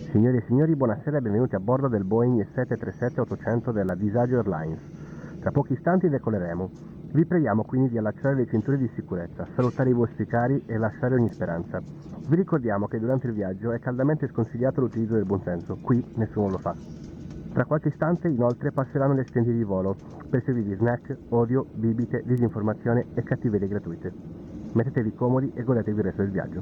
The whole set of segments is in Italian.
Signore e signori, buonasera e benvenuti a bordo del Boeing 737-800 della Disagio Airlines. Tra pochi istanti decolleremo. Vi preghiamo quindi di allacciare le cinture di sicurezza, salutare i vostri cari e lasciare ogni speranza. Vi ricordiamo che durante il viaggio è caldamente sconsigliato l'utilizzo del buonsenso, qui nessuno lo fa. Tra qualche istante inoltre passeranno le assistenti di volo per servirvi snack, odio, bibite, disinformazione e cattiverie gratuite. Mettetevi comodi e godetevi il resto del viaggio.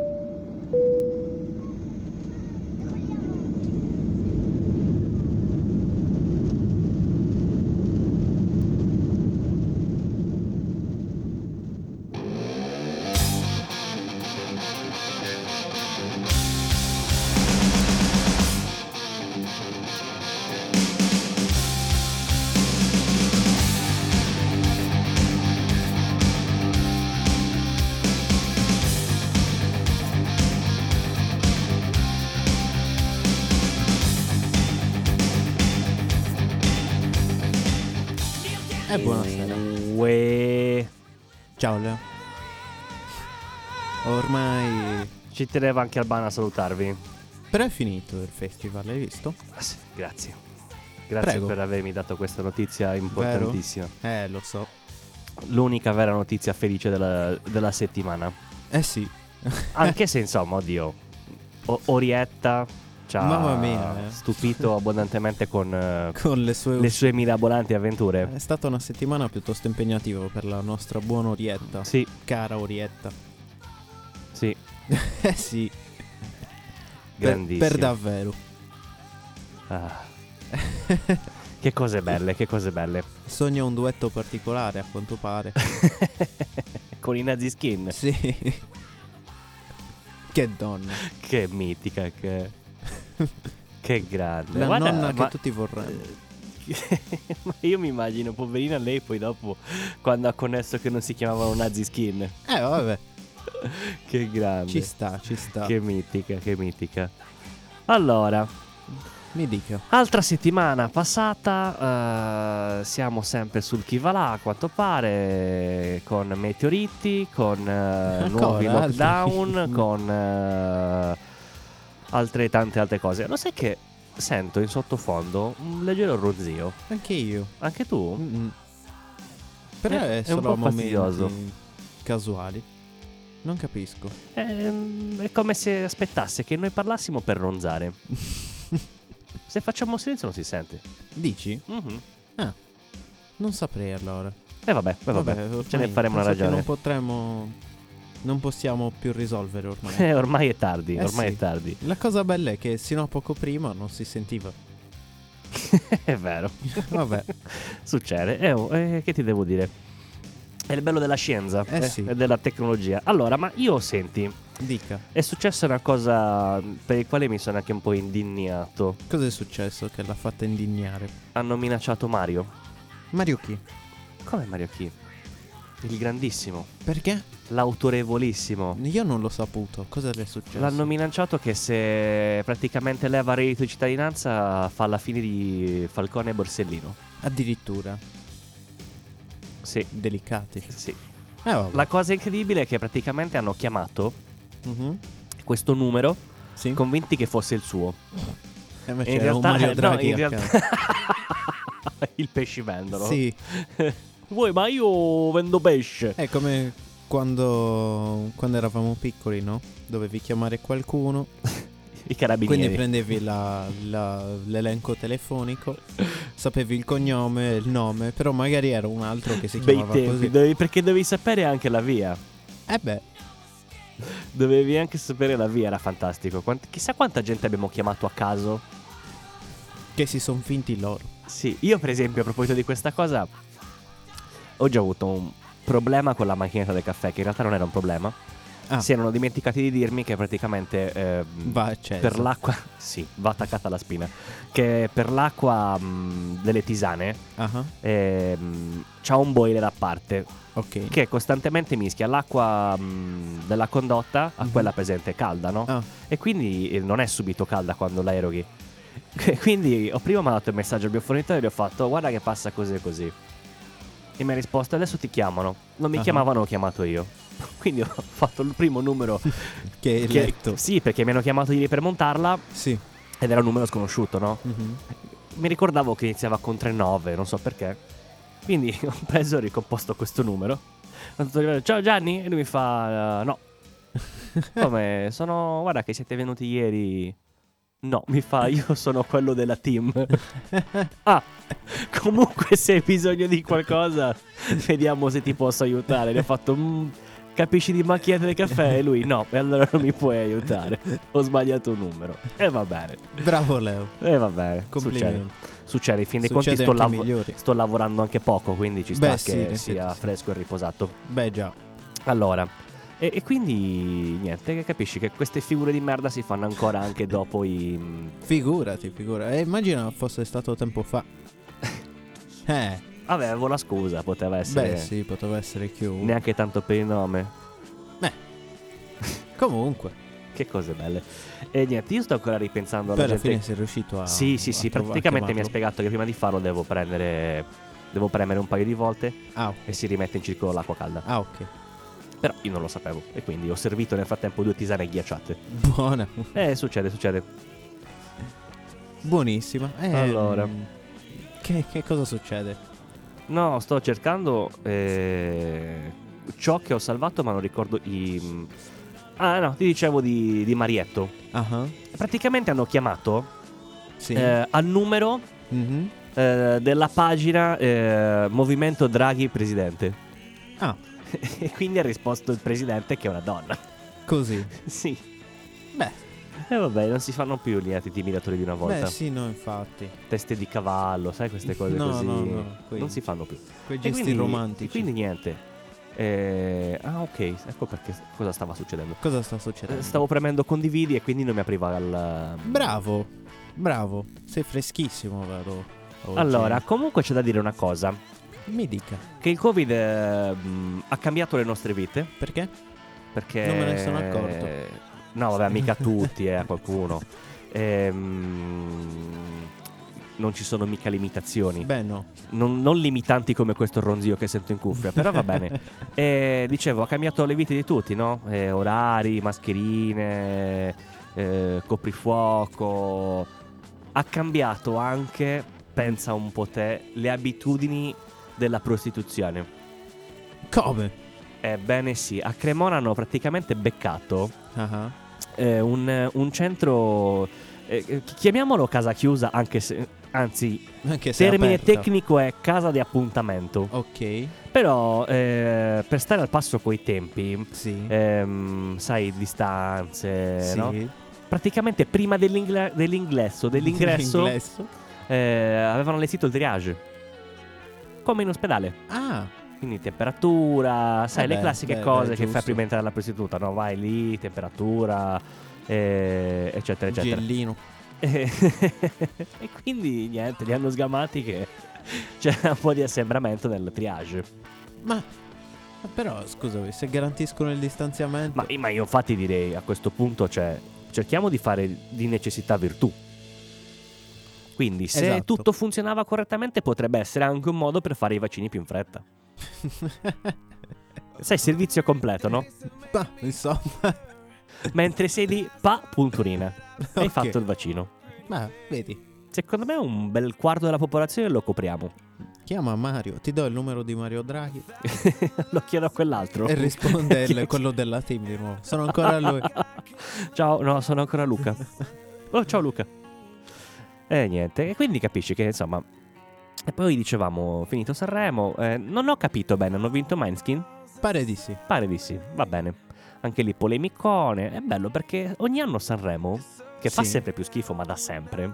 E buonasera. Ciao Leo. Ormai... Ci teneva anche Albano a salutarvi. Però è finito il festival, hai visto? Ah, sì, grazie. Grazie Prego. per avermi dato questa notizia importantissima. Lo so. L'unica vera notizia felice della settimana. Sì. Anche se insomma, oddio, Orietta ci ha Mamma mia, stupito abbondantemente con Con le sue mirabolanti avventure. È stata una settimana piuttosto impegnativa per la nostra buona Orietta. Sì, Cara Orietta. sì, Sì. grandissimo. Per davvero. Ah. Che cose belle, che cose belle. Sogna un duetto particolare, a quanto pare. Con i Nazi Skin. Sì. Che donna. Che mitica, che grande. La Guarda, nonna ma- che tutti vorremmo. Ma io mi immagino, poverina lei, poi dopo, quando ha connesso che non si chiamavano Nazi Skin. Vabbè. Che grande. Ci sta. Che mitica, che mitica. Allora, Mi dica. altra settimana passata, siamo sempre sul chi va là, a quanto pare, con meteoriti, con nuovi Ancora, lockdown, altri? con altre tante altre cose. Lo sai che sento in sottofondo un leggero ronzio? Anche io. Anche tu? Mm-mm. Però È è un solo po' a momenti fastidioso. casuali. Non capisco. È come se aspettasse che noi parlassimo per ronzare. Se facciamo silenzio non si sente. Dici? Mhm. Non saprei allora. Vabbè, ormai ce ne faremo una penso che ragione. Non possiamo più risolvere ormai. Ormai è tardi, ormai sì. è tardi. La cosa bella è che sino a poco prima non si sentiva. È vero. Vabbè. Succede. Che ti devo dire? È il bello della scienza Sì. e della tecnologia. Allora, ma io senti, Dica. è successa una cosa per il quale mi sono anche un po' indignato. Cosa è successo che l'ha fatta indignare? Hanno minacciato Mario. Mario chi? Come Mario chi? Il grandissimo, Perché? l'autorevolissimo. Io non l'ho saputo. Cosa le è successo? L'hanno minacciato che se praticamente leva il reddito di cittadinanza fa la fine di Falcone e Borsellino. Addirittura. Sì, Delicati. sì. Vabbè. La cosa incredibile è che praticamente hanno chiamato Mhm. questo numero Sì. convinti che fosse il suo. Ma E in c'era un realtà, Mario no, Draghi in a realtà il pescivendolo. Sì. Vuoi, ma io vendo pesce. È come quando eravamo piccoli, no? Dovevi chiamare qualcuno, I carabinieri. quindi prendevi l'elenco telefonico, sapevi il cognome, il nome, però magari era un altro che si Bei chiamava tempi, così. perché dovevi sapere anche la via. Beh, Dovevi anche sapere la via, era fantastico. Chissà quanta gente abbiamo chiamato a caso. che si son finti loro. Sì, io per esempio a proposito di questa cosa ho già avuto un problema con la macchinetta del caffè, che in realtà non era un problema. Ah. Si erano dimenticati di dirmi che praticamente Va accesa. per l'acqua sì, va attaccata alla spina. Che per l'acqua delle tisane Ah, c'ha un boiler a parte ok. che costantemente mischia l'acqua della condotta a Mhm. quella presente calda, no? Ah, E quindi non è subito calda quando la eroghi. Quindi ho prima mandato il messaggio al mio fornitore e gli ho fatto guarda che passa così e così. E mi ha risposto adesso ti chiamano. Non mi Ah. chiamavano, ho chiamato io. Quindi ho fatto il primo numero Che hai letto. Sì, perché mi hanno chiamato ieri per montarla Sì. ed era un numero sconosciuto, no? Mhm. Mi ricordavo che iniziava con 39, non so perché. Quindi ho preso e ricomposto questo numero. Ho detto, ciao Gianni, e lui mi fa no. Come? Guarda che siete venuti ieri. No, mi fa, io sono quello della team. Ah, comunque se hai bisogno di qualcosa, vediamo se ti posso aiutare. Le ho fatto, capisci di macchiette del caffè? E lui, no, e allora non mi puoi aiutare. Ho sbagliato un numero. E va bene. Bravo Leo. E va bene. Complimenti. Succede, in fin dei Succede conti anche ai migliori. sto lavorando anche poco, quindi ci sta Beh, che sì, in sia effetti sì. fresco e riposato. Beh già. Allora, e quindi niente, che capisci che queste figure di merda si fanno ancora anche dopo i... Figurati. Immagina fosse stato tempo fa. Vabbè, avevo la scusa, poteva essere... Beh sì, poteva essere chiunque. Neanche tanto per il nome. Comunque. Che cose belle. E niente, io sto ancora ripensando alla Poi alla gente... fine sei riuscito a... Sì, a praticamente mi ha chiamarlo. spiegato che prima di farlo devo premere un paio di volte Ah, e si rimette in circolo l'acqua calda. ah, ok. Però io non lo sapevo e quindi ho servito nel frattempo 2 tisane ghiacciate. Buona. Succede. Buonissima. Allora. Che cosa succede? No, sto cercando ciò che ho salvato, ma non ricordo Ah no, ti dicevo di Marietto. Ah, Praticamente hanno chiamato sì. al numero Mhm. della pagina Movimento Draghi Presidente. Ah, E quindi ha risposto il presidente che è una donna. così. Sì. Beh, E vabbè, non si fanno più gli intimidatori di una volta. beh sì, no, infatti. Teste di cavallo, sai queste cose No, così. no, quei- Non si fanno più. Quei E gesti quindi- romantici. e quindi niente. Ok, ecco perché cosa stava succedendo. Cosa sta succedendo? Stavo premendo condividi e quindi non mi apriva il... Bravo. Sei freschissimo, vero? Oggi. Allora, comunque c'è da dire una cosa. Mi dica. Che il Covid ha cambiato le nostre vite. Perché? Perché... Non me ne sono accorto. No, vabbè, mica tutti, a qualcuno. Non ci sono mica limitazioni. Beh, no. Non limitanti come questo ronzio che sento in cuffia, però va bene. Dicevo, ha cambiato le vite di tutti, no? Orari, mascherine, coprifuoco. Ha cambiato anche, pensa un po' te, le abitudini della prostituzione. Come? Ebbene sì, a Cremona hanno praticamente beccato Ah, un centro, chiamiamolo casa chiusa, anche se, anzi, anche se è termine aperta. tecnico è casa di appuntamento. Ok. Però per stare al passo coi tempi, Sì. sai, distanze, Sì. no? Praticamente prima dell'ingresso L'ingresso? avevano allestito il triage, come in ospedale. Ah, Quindi temperatura, sai, le beh, classiche cose che giusto. fai prima di entrare alla prostituta, no? Vai lì, temperatura, eccetera, eccetera. Gellino. E quindi niente, li hanno sgamati che c'era un po' di assembramento nel triage. Ma però, scusami, se garantiscono il distanziamento... Ma io infatti direi a questo punto, cioè, cerchiamo di fare di necessità virtù. Quindi se Esatto. tutto funzionava correttamente potrebbe essere anche un modo per fare i vaccini più in fretta. Sai, servizio completo, no? Ma, insomma... Mentre sei lì, punturina. Hai Ok. fatto il vaccino. Ma, vedi, Secondo me un bel quarto della popolazione lo copriamo. chiama Mario, ti do il numero di Mario Draghi Lo chiedo a quell'altro. e risponde quello della team di nuovo. Sono ancora lui. Ciao, no, sono ancora Luca. Oh, ciao Luca. E niente, e quindi capisci che insomma. E poi dicevamo, finito Sanremo, non ho capito bene, hanno vinto Måneskin? Pare di sì. Pare di sì, va bene. Anche lì polemicone, è bello perché ogni anno Sanremo, che fa Sì. sempre più schifo ma da sempre,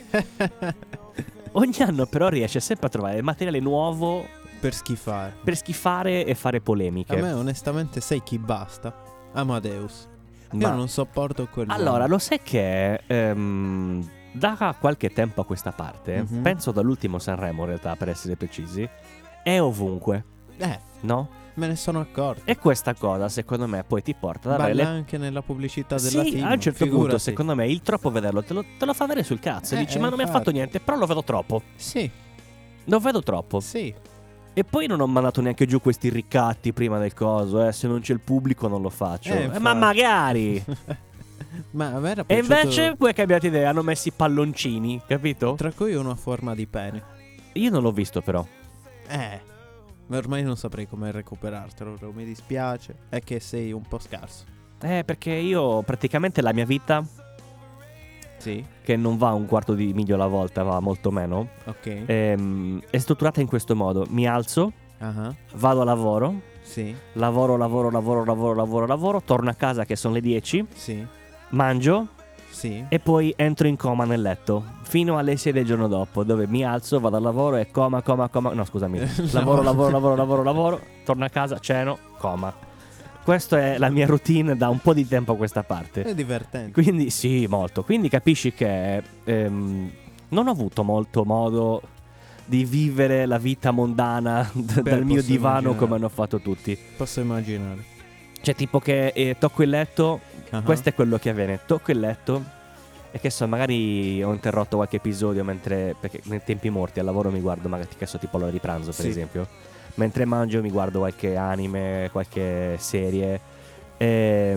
ogni anno però riesce sempre a trovare materiale nuovo Per schifare. per schifare e fare polemiche. A me onestamente sai chi basta? Amadeus. Ma- Io non sopporto quel Allora, lo sai che da qualche tempo a questa parte, Mhm. penso dall'ultimo Sanremo in realtà per essere precisi, è ovunque, no? me ne sono accorto. E questa cosa secondo me poi ti porta ad avere Balla anche nella pubblicità della Sì, team. a un certo punto figurati. secondo me il troppo vederlo te lo fa vedere sul cazzo. E dici ma non mi ha infatti. fatto niente, però lo vedo troppo. Sì, Lo vedo troppo. sì. E poi non ho mandato neanche giù questi ricatti prima del coso, se non c'è il pubblico non lo faccio. Ma infatti. magari! Ma a me era E piaciuto, invece poi è cambiata idea, hanno messo i palloncini, capito? tra cui una forma di pene. Io non l'ho visto però. Ma ormai non saprei come recuperartelo, mi dispiace. È che sei un po' scarso. Perché io praticamente la mia vita, Sì, che non va un quarto di miglio alla volta, va molto meno, ok. è strutturata in questo modo. Mi alzo, Ah, vado a lavoro, sì, lavoro, torno a casa che sono le 10, sì, mangio sì. e poi entro in coma nel letto fino alle 6 del giorno dopo, dove mi alzo, vado al lavoro e coma, no scusami, lavoro, torno a casa, ceno, coma. Questa è la mia routine da un po' di tempo a questa parte. È divertente. Quindi sì, molto. Quindi capisci che non ho avuto molto modo di vivere la vita mondana dal mio posso divano immaginare. come hanno fatto tutti. Posso immaginare. Cioè tipo che tocco il letto, Ah. questo è quello che avviene. Tocco il letto e che so, magari ho interrotto qualche episodio perché nei tempi morti al lavoro mi guardo magari che so tipo l'ora di pranzo per Sì. esempio. Mentre mangio mi guardo qualche anime, qualche serie. E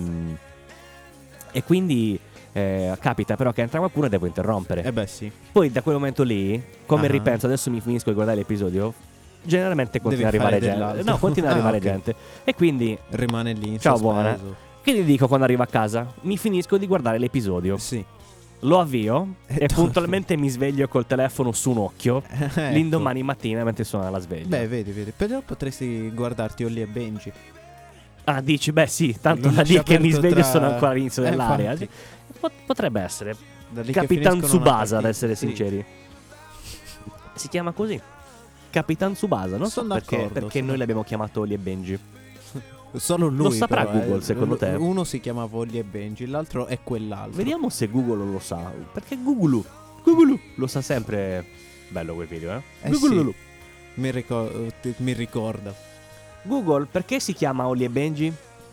quindi capita però che entra qualcuno e devo interrompere. Eh beh sì. Poi da quel momento lì, come Ah. ripenso, adesso mi finisco di guardare l'episodio, generalmente continua a Devi arrivare fare gente. dell'altro. No, continua a arrivare ok. gente. E quindi, Rimane lì in ciao, sospeso. buona. quindi dico quando arrivo a casa, mi finisco di guardare l'episodio. Sì. Lo avvio e to- puntualmente mi sveglio col telefono su un occhio. Ecco. L'indomani mattina mentre suona la sveglia. Beh, vedi. Però potresti guardarti Holly e Benji. Ah, dici, beh sì, tanto Lo da lì lasci che mi aperto sveglio tra- sono ancora all'inizio dell'area. infatti. Potrebbe essere. Da lì che Capitan finiscono una Tsubasa, ad partita. essere Sì. sinceri. Si chiama così. Capitan Tsubasa, non so Sono perché, d'accordo, perché noi l'abbiamo chiamato Oli e Benji. Solo lui Lo saprà però, Google, secondo te? Uno si chiama Holly e Benji, l'altro è quell'altro. Vediamo se Google lo sa. Perché Google lo sa sempre. Bello quel video, Eh Google. sì. Mi ricorda. Google, perché si chiama Oli e Benji?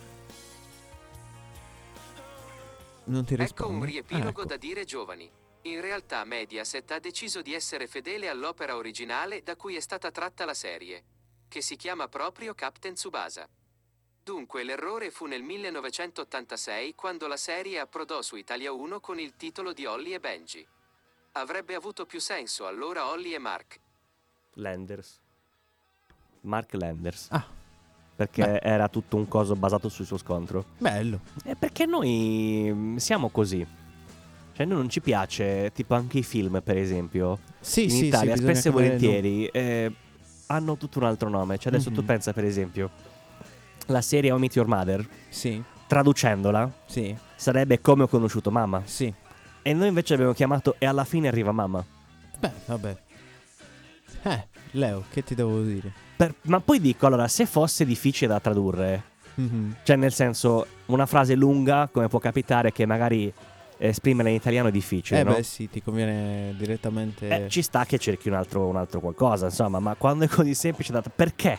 Non ti Ecco rispondo. un riepilogo ecco. da dire giovani. In realtà Mediaset ha deciso di essere fedele all'opera originale da cui è stata tratta la serie, che si chiama proprio Captain Tsubasa. Dunque l'errore fu nel 1986 quando la serie approdò su Italia 1 con il titolo di Holly e Benji. Avrebbe avuto più senso allora Holly e Mark. Landers. Mark Landers. Ah, Perché era tutto un coso basato sul suo scontro. bello. Perché noi siamo così. Cioè, noi non ci piace, tipo anche i film, per esempio. Sì, In sì, Italia, sì, bisogna spesso e cambiare il volentieri, hanno tutto un altro nome. Cioè, adesso tu Mhm. pensa, per esempio, la serie How I Met Your Mother, nome. Sì, traducendola, sì, sarebbe Come ho conosciuto mamma. sì. E noi invece abbiamo chiamato E alla fine arriva mamma. Beh, vabbè. Leo, che ti devo dire? Ma poi dico, allora, se fosse difficile da tradurre, Mhm. cioè nel senso, una frase lunga, come può capitare che magari esprimerla in italiano è difficile, no? Beh, sì, ti conviene direttamente. Ci sta che cerchi un altro qualcosa, insomma, ma quando è così semplice perché?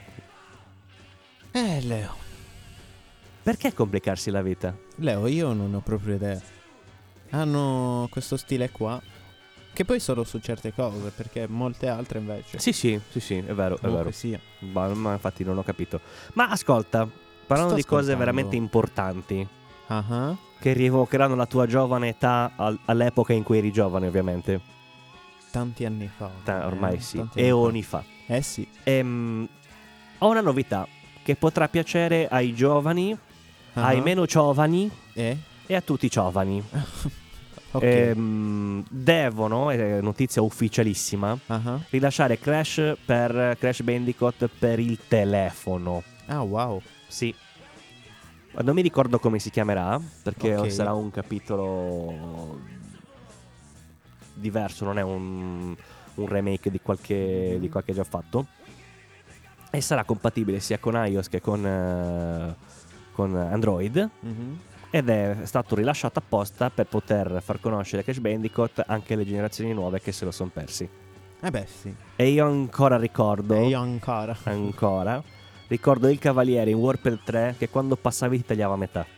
Leo. Perché complicarsi la vita? Leo, io non ho proprio idea. Hanno questo stile qua. Che poi solo su certe cose, perché molte altre invece. Sì, è vero, è comunque vero. sia. Ma infatti non ho capito. Ma ascolta, parlando Sto di cose ascoltando. veramente importanti, Ah, che rievocheranno la tua giovane età all'epoca in cui eri giovane, ovviamente. tanti anni fa. Ormai sì, tanti anni eoni fa. Sì. Ho una novità che potrà piacere ai giovani, Ah, ai meno giovani E e a tutti i giovani. ok. Devono, è notizia ufficialissima, Ah, rilasciare Crash Bandicoot per il telefono. ah, wow. Sì. Ma non mi ricordo come si chiamerà, perché Ok. sarà un capitolo diverso, non è un remake di qualche già fatto. E sarà compatibile sia con iOS che con Android. Mhm. Ed è stato rilasciato apposta per poter far conoscere Crash Bandicoot anche alle generazioni nuove che se lo sono persi. Beh, sì. E io ancora ricordo, E io ancora. ricordo il Cavaliere in Warped 3 che quando passavi ti tagliava a metà.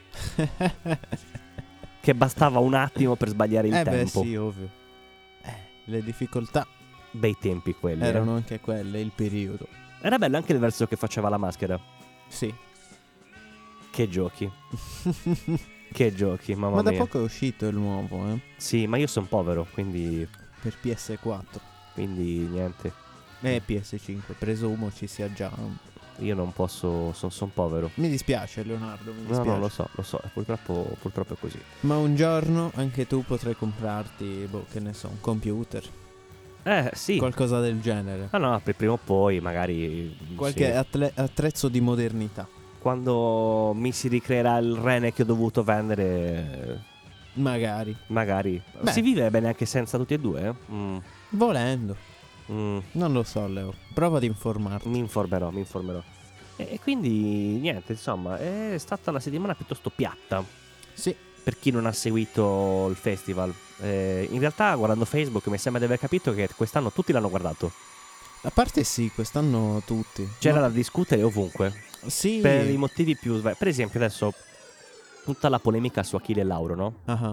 Che bastava un attimo per sbagliare il Beh, tempo. sì, ovvio. Le difficoltà Bei tempi quelli. erano anche quelle, il periodo. Era bello anche il verso che faceva la maschera. Sì. Che giochi. Che giochi, mamma Ma da mia. poco è uscito il nuovo, Sì, ma io sono povero, quindi per PS4 niente. e PS5, presumo ci sia già. Io non posso, sono povero. Mi dispiace Leonardo, mi No, dispiace. no, lo so, purtroppo è così. Ma un giorno anche tu potrai comprarti, che ne so, un computer, Sì. qualcosa del genere. Ah no, per prima o poi magari Qualche sì. attrezzo di modernità. Quando mi si ricreerà il rene che ho dovuto vendere, Magari. Beh. Si vive bene anche senza tutti e due, Volendo. Mm. Non lo so Leo. Prova ad informarti. Mi informerò. E quindi niente, insomma, è stata una settimana piuttosto piatta. Sì. Per chi non ha seguito il festival, in realtà guardando Facebook mi sembra di aver capito che quest'anno tutti l'hanno guardato. A parte sì, quest'anno tutti. C'era da discutere ovunque. Sì. Per i motivi più per esempio adesso tutta la polemica su Achille Lauro, no?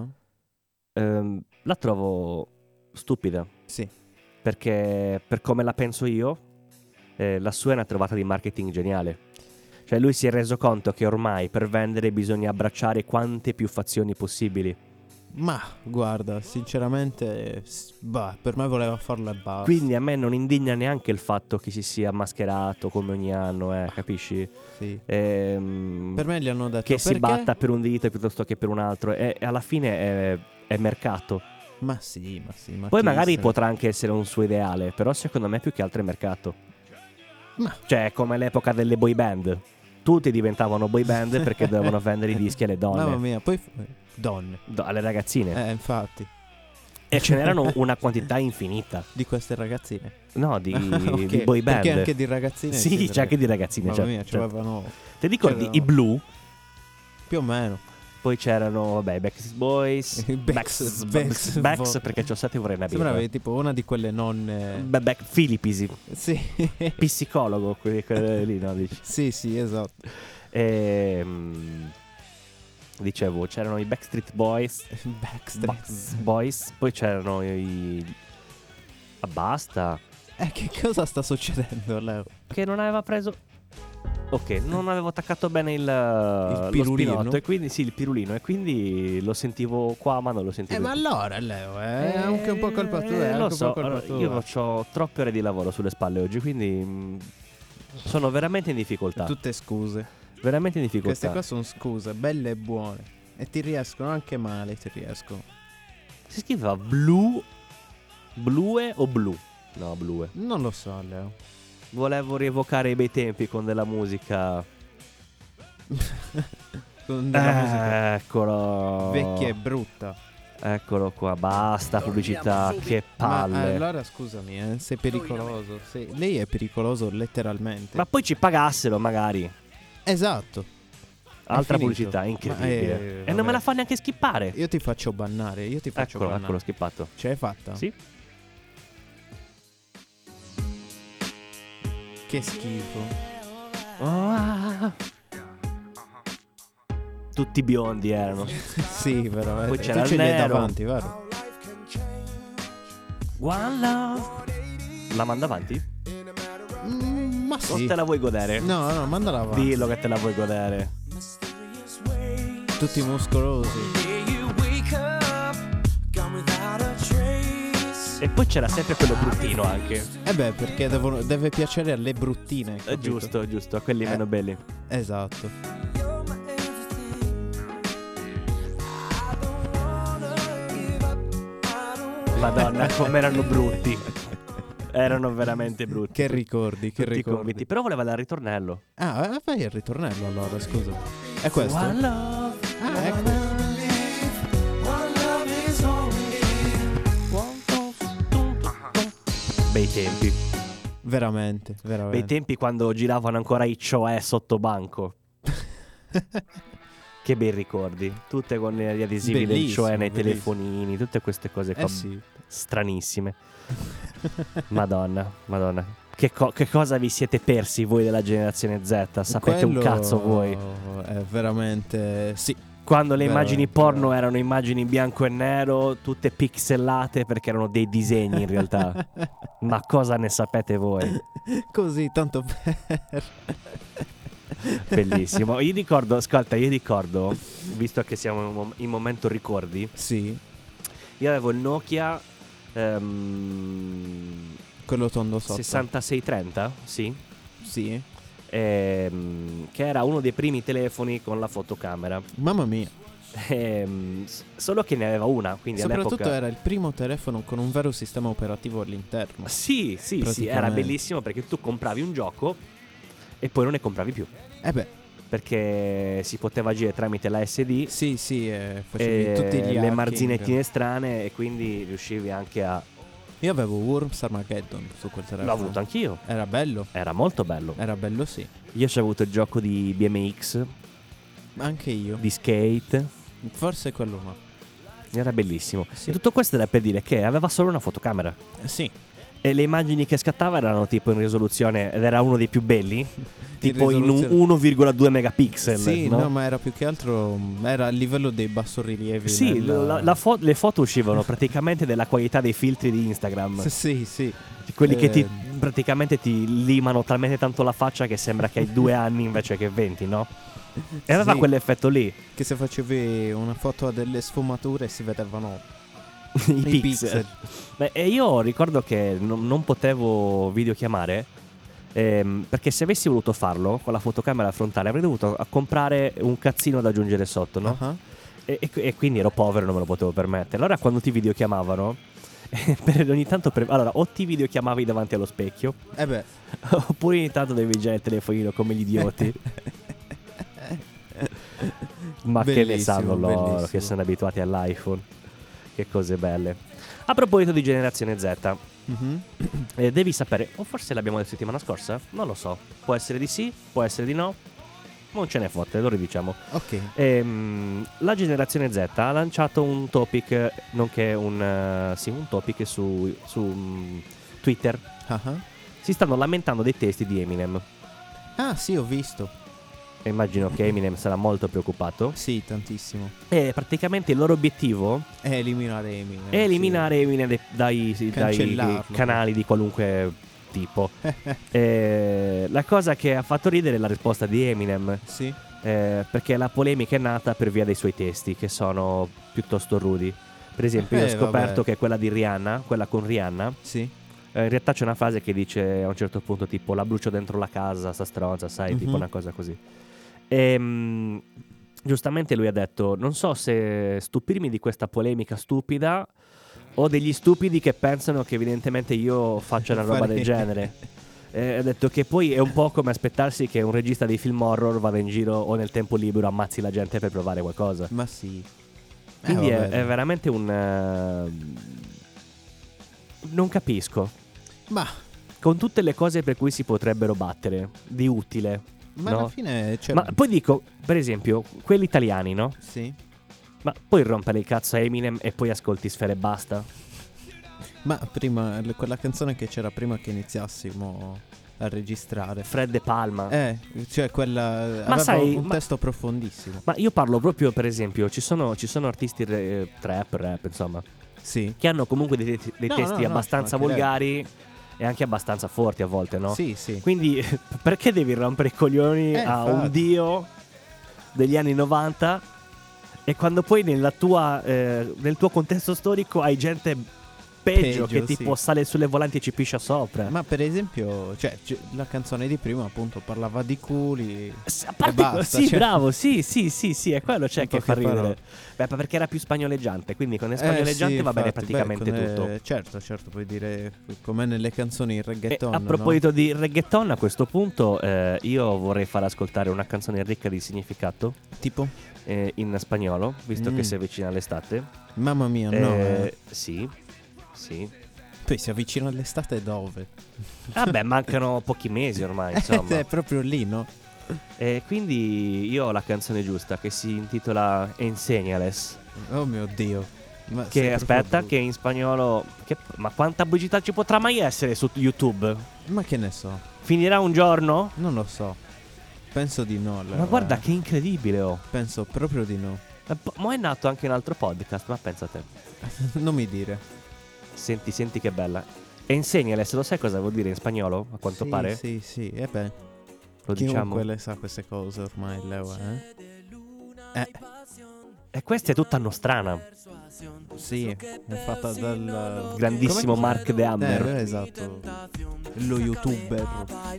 La trovo stupida. Sì. Perché per come la penso io, la sua è una trovata di marketing geniale. Cioè lui si è reso conto che ormai per vendere bisogna abbracciare quante più fazioni possibili. Ma guarda, sinceramente, per me voleva farlo e basta. Quindi a me non indigna neanche il fatto che si sia mascherato come ogni anno, capisci? Sì. Per me gli hanno detto che perché? Si batta per un diritto piuttosto che per un altro. E alla fine è mercato. Ma sì. Ma poi magari potrà anche essere un suo ideale, però secondo me più che altro è mercato. Cioè, come l'epoca delle boy band. Tutti diventavano boy band perché dovevano vendere i dischi alle donne. Mamma mia, poi donne. Alle ragazzine. Infatti. E ce n'erano una quantità infinita. Di queste ragazzine? No, di Okay, boy band. Perché anche di ragazzine? Sì, c'è anche di ragazzine. Mamma mia, c'avevano. Ti ricordi i Blue? Più o meno. Poi c'erano, vabbè, Backstreet Boys. Backs, perché c'ho 7 vorrei una birra. Sembrava tipo una di quelle nonne. Filipisi. Sì. Psicologo, quelle lì, no? Dici. Sì, esatto. Dicevo, c'erano i Backstreet Boys. Boys. Poi c'erano i Basta. Che cosa sta succedendo, Leo? Che non aveva preso. Ok, non avevo attaccato bene il pirulino. Lo spinotto, e quindi sì, il pirulino. E quindi lo sentivo qua, ma non lo sentivo. Ma allora, Leo, è anche un po' colpa tua. Lo so, io ho troppe ore di lavoro sulle spalle oggi, quindi sono veramente in difficoltà. Tutte scuse. Veramente in difficoltà. Queste qua sono scuse, belle e buone. E ti riescono anche male, ti riescono. Si scriveva Blue o Blu? No, Blue. Non lo so, Leo. Volevo rievocare i bei tempi con della musica. Con della musica Eccolo. vecchia e brutta. Eccolo qua, basta pubblicità, che palle. Ma allora scusami, sei pericoloso. Lei è pericoloso letteralmente. Ma poi ci pagassero magari. Esatto. Altra È finito. pubblicità, incredibile. E non vabbè. me la fa neanche skippare. Io ti faccio bannare. Eccolo skippato. Ce l'hai fatta? Sì. Che schifo. Tutti biondi erano. Sì, veramente. Poi c'era tu il ce li hai nero. davanti, vero? One love. La manda avanti? Ma O sì. te la vuoi godere? No, mandala avanti. Dillo che te la vuoi godere. Tutti muscolosi. E poi c'era sempre quello bruttino anche. Perché deve piacere alle bruttine. Capito? Giusto, a quelli meno belli. Esatto. Madonna, come erano brutti. Erano veramente brutti. Che ricordi, che Tutti ricordi. convinti. Però voleva il ritornello. Fai il ritornello allora, scusa. È questo? One love. Ecco. Bei tempi. Veramente. Bei tempi quando giravano ancora i cioè sotto banco. Che bei ricordi. Tutte con gli adesivi del cioè nei telefonini. Tutte queste cose qua Sì. stranissime. Madonna. Che cosa vi siete persi voi della generazione Z? Sapete un cazzo voi. È veramente. Sì. Quando le Veramente, immagini porno erano immagini in bianco e nero, tutte pixelate perché erano dei disegni in realtà. Ma cosa ne sapete voi? Così, tanto per... Bellissimo. Io ricordo, visto che siamo in momento ricordi, Sì, io avevo il Nokia quello tondo sotto. 6630, sì, Sì. che era uno dei primi telefoni con la fotocamera. Mamma mia. Solo che ne aveva una, quindi Soprattutto all'epoca... era il primo telefono con un vero sistema operativo all'interno. Sì, era Praticamente. bellissimo perché tu compravi un gioco e poi non ne compravi più, Beh, perché si poteva agire tramite la SD, sì, facevi tutti gli le hacking. marzinettine strane, e quindi riuscivi anche a... Io avevo Worms Armageddon su quel telefono. L'ho avuto anch'io, Era bello. era molto bello. Era bello, sì. Io ci ho avuto il gioco di BMX, Anche io. di skate, Forse quello no. era bellissimo. Sì. E tutto questo era per dire che aveva solo una fotocamera Sì. e le immagini che scattava erano tipo in risoluzione, ed era uno dei più belli, tipo in un risoluzione. 1,2 megapixel. Sì, no? no, ma era più che altro. Era a livello dei bassorilievi. Sì, nella- le foto uscivano praticamente della qualità dei filtri di Instagram. Sì. Quelli che praticamente ti limano talmente tanto la faccia che sembra che hai 2 anni invece che 20, no? E aveva Sì. quell'effetto lì, Che se facevi una foto a delle sfumature si vedevano i pixel. Beh, e io ricordo che non potevo videochiamare, perché se avessi voluto farlo con la fotocamera frontale avrei dovuto comprare un cazzino da aggiungere sotto, no? Ah. E quindi ero povero, non me lo potevo permettere. Allora quando ti videochiamavano, ogni tanto allora o ti videochiamavi davanti allo specchio, Beh. oppure ogni tanto devi girare il telefonino come gli idioti. Ma che ne Bellissimo, sanno loro bellissimo. che sono abituati all'iPhone. Che cose belle. A proposito di generazione Z, Mhm. devi sapere, o forse l'abbiamo la settimana scorsa, non lo so, può essere di sì, può essere di no, non ce ne fotte, lo ridiciamo. Ok. La generazione Z ha lanciato un topic, nonché un topic su Twitter. Ah. Si stanno lamentando dei testi di Eminem. Ah, sì, ho visto. E immagino che Eminem sarà molto preoccupato. Sì, tantissimo. E praticamente il loro obiettivo È eliminare Eminem. è eliminare Eminem dai Cancellarlo. canali di qualunque tipo. La cosa che ha fatto ridere è la risposta di Eminem, Sì. perché la polemica è nata per via dei suoi testi, che sono piuttosto rudi. Per esempio, io ho scoperto vabbè. che quella di Rihanna, quella con Rihanna, Sì. in realtà c'è una frase che dice a un certo punto tipo la brucio dentro la casa, sta stronza, sai, tipo Mhm. una cosa così. Giustamente lui ha detto: non so se stupirmi di questa polemica stupida o degli stupidi che pensano che evidentemente io faccia una roba del genere. Ha detto che poi è un po' come aspettarsi che un regista di film horror vada in giro o nel tempo libero ammazzi la gente per provare qualcosa. Ma sì. Quindi vabbè. è veramente un... non capisco. Ma Con tutte le cose per cui si potrebbero battere di utile, Ma no? alla fine cioè, Ma poi dico, per esempio, quelli italiani, no? sì. Ma puoi rompere il cazzo a Eminem e poi ascolti Sfera e basta? Ma prima quella canzone che c'era prima che iniziassimo a registrare. Fred De Palma. Cioè quella Ma aveva sai, un ma- testo profondissimo. Ma io parlo proprio, per esempio, ci sono artisti rap, insomma, Sì. che hanno comunque dei No, testi no, abbastanza ci mancherebbe. volgari e anche abbastanza forti a volte, no? Sì, sì. Quindi perché devi rompere i coglioni a un infatti. dio degli anni 90 e quando poi nel tuo contesto storico hai gente peggio che sì. tipo sale sulle volanti e ci piscia sopra? Ma per esempio, cioè, la canzone di prima appunto parlava di culi. A parte basta, sì, cioè. bravo, sì, è quello c'è Un che po' fa che ridere. Beh, perché era più spagnoleggiante, quindi con il spagnoleggiante Sì, va bene infatti, praticamente beh, tutto. Certo, puoi dire come nelle canzoni il E reggaeton. a proposito di reggaeton, a questo punto io vorrei far ascoltare una canzone ricca di significato no? Tipo? in spagnolo, visto che Mm. si avvicina l'estate. Mamma mia, no. Sì. Poi si avvicina all'estate dove? Vabbè, mancano pochi mesi ormai, insomma. È proprio lì, no? E quindi io ho la canzone giusta che si intitola Enseñales. Oh mio Dio. Ma Che sei aspetta, proprio che in spagnolo. Ma quanta pubblicità ci potrà mai essere su YouTube? brutto. Ma che ne so? Finirà un giorno? Non lo so. Penso di no. Ma guarda che incredibile, oh. Penso proprio di no. Ma è nato anche un altro podcast, ma pensa a te. Non mi dire. Senti che bella. E insegnale, se lo sai cosa vuol dire in spagnolo, a quanto Sì, pare? Sì, e beh. Lo Chiunque diciamo. le sa queste cose ormai, Leo, E questa è tutta nostrana. Sì, è fatta dal Grandissimo come- Mark The Hammer. Esatto. Lo youtuber.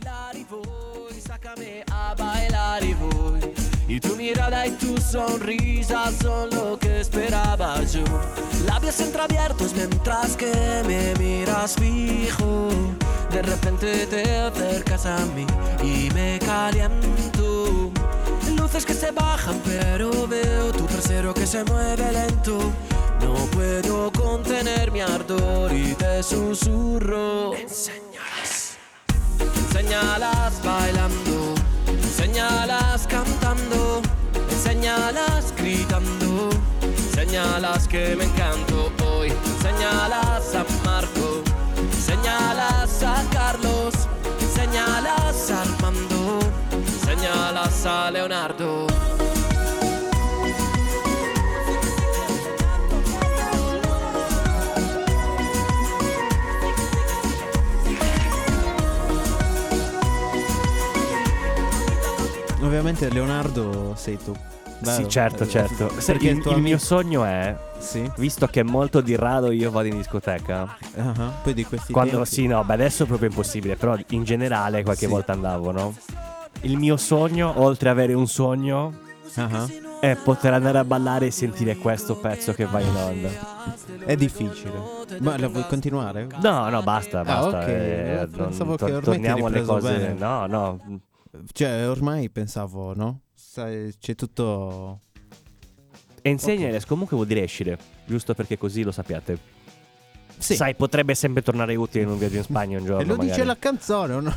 Sácame a bailar y voy. Y tu mirada y tu sonrisa son lo que esperaba yo. Labios entreabiertos mientras que me miras fijo. De repente te acercas a mí y me caliento. Luces que se bajan pero veo tu trasero que se mueve lento. No puedo contener mi ardor y te susurro. Enséñalas bailando, enséñalas cantando, enséñalas gritando, enséñalas que me encanto hoy, enséñalas a Marco, enséñalas a Carlos, enséñalas a Armando, enséñalas a Leonardo. Ovviamente Leonardo sei tu. Vero? Sì, certo. Perché il tuo il mio amico- sogno è, Sì. visto che molto di rado io vado in discoteca, Poi di questi quando tempi. sì, no, beh, adesso è proprio impossibile, però in generale qualche Sì. volta andavo, no? Il mio sogno, oltre ad avere un sogno, è poter andare a ballare e sentire questo pezzo che va in onda. È difficile. Ma la vuoi continuare? No, basta. ok. Pensavo che ormai ti eri torniamo alle preso cose. bene. No. Cioè, ormai pensavo, no? Sai, c'è tutto. E insegnales comunque vuol dire escire, giusto perché così lo sappiate. Sì. Sai, potrebbe sempre tornare utile in un viaggio in Spagna un giorno. E lo dice magari. la canzone, o no?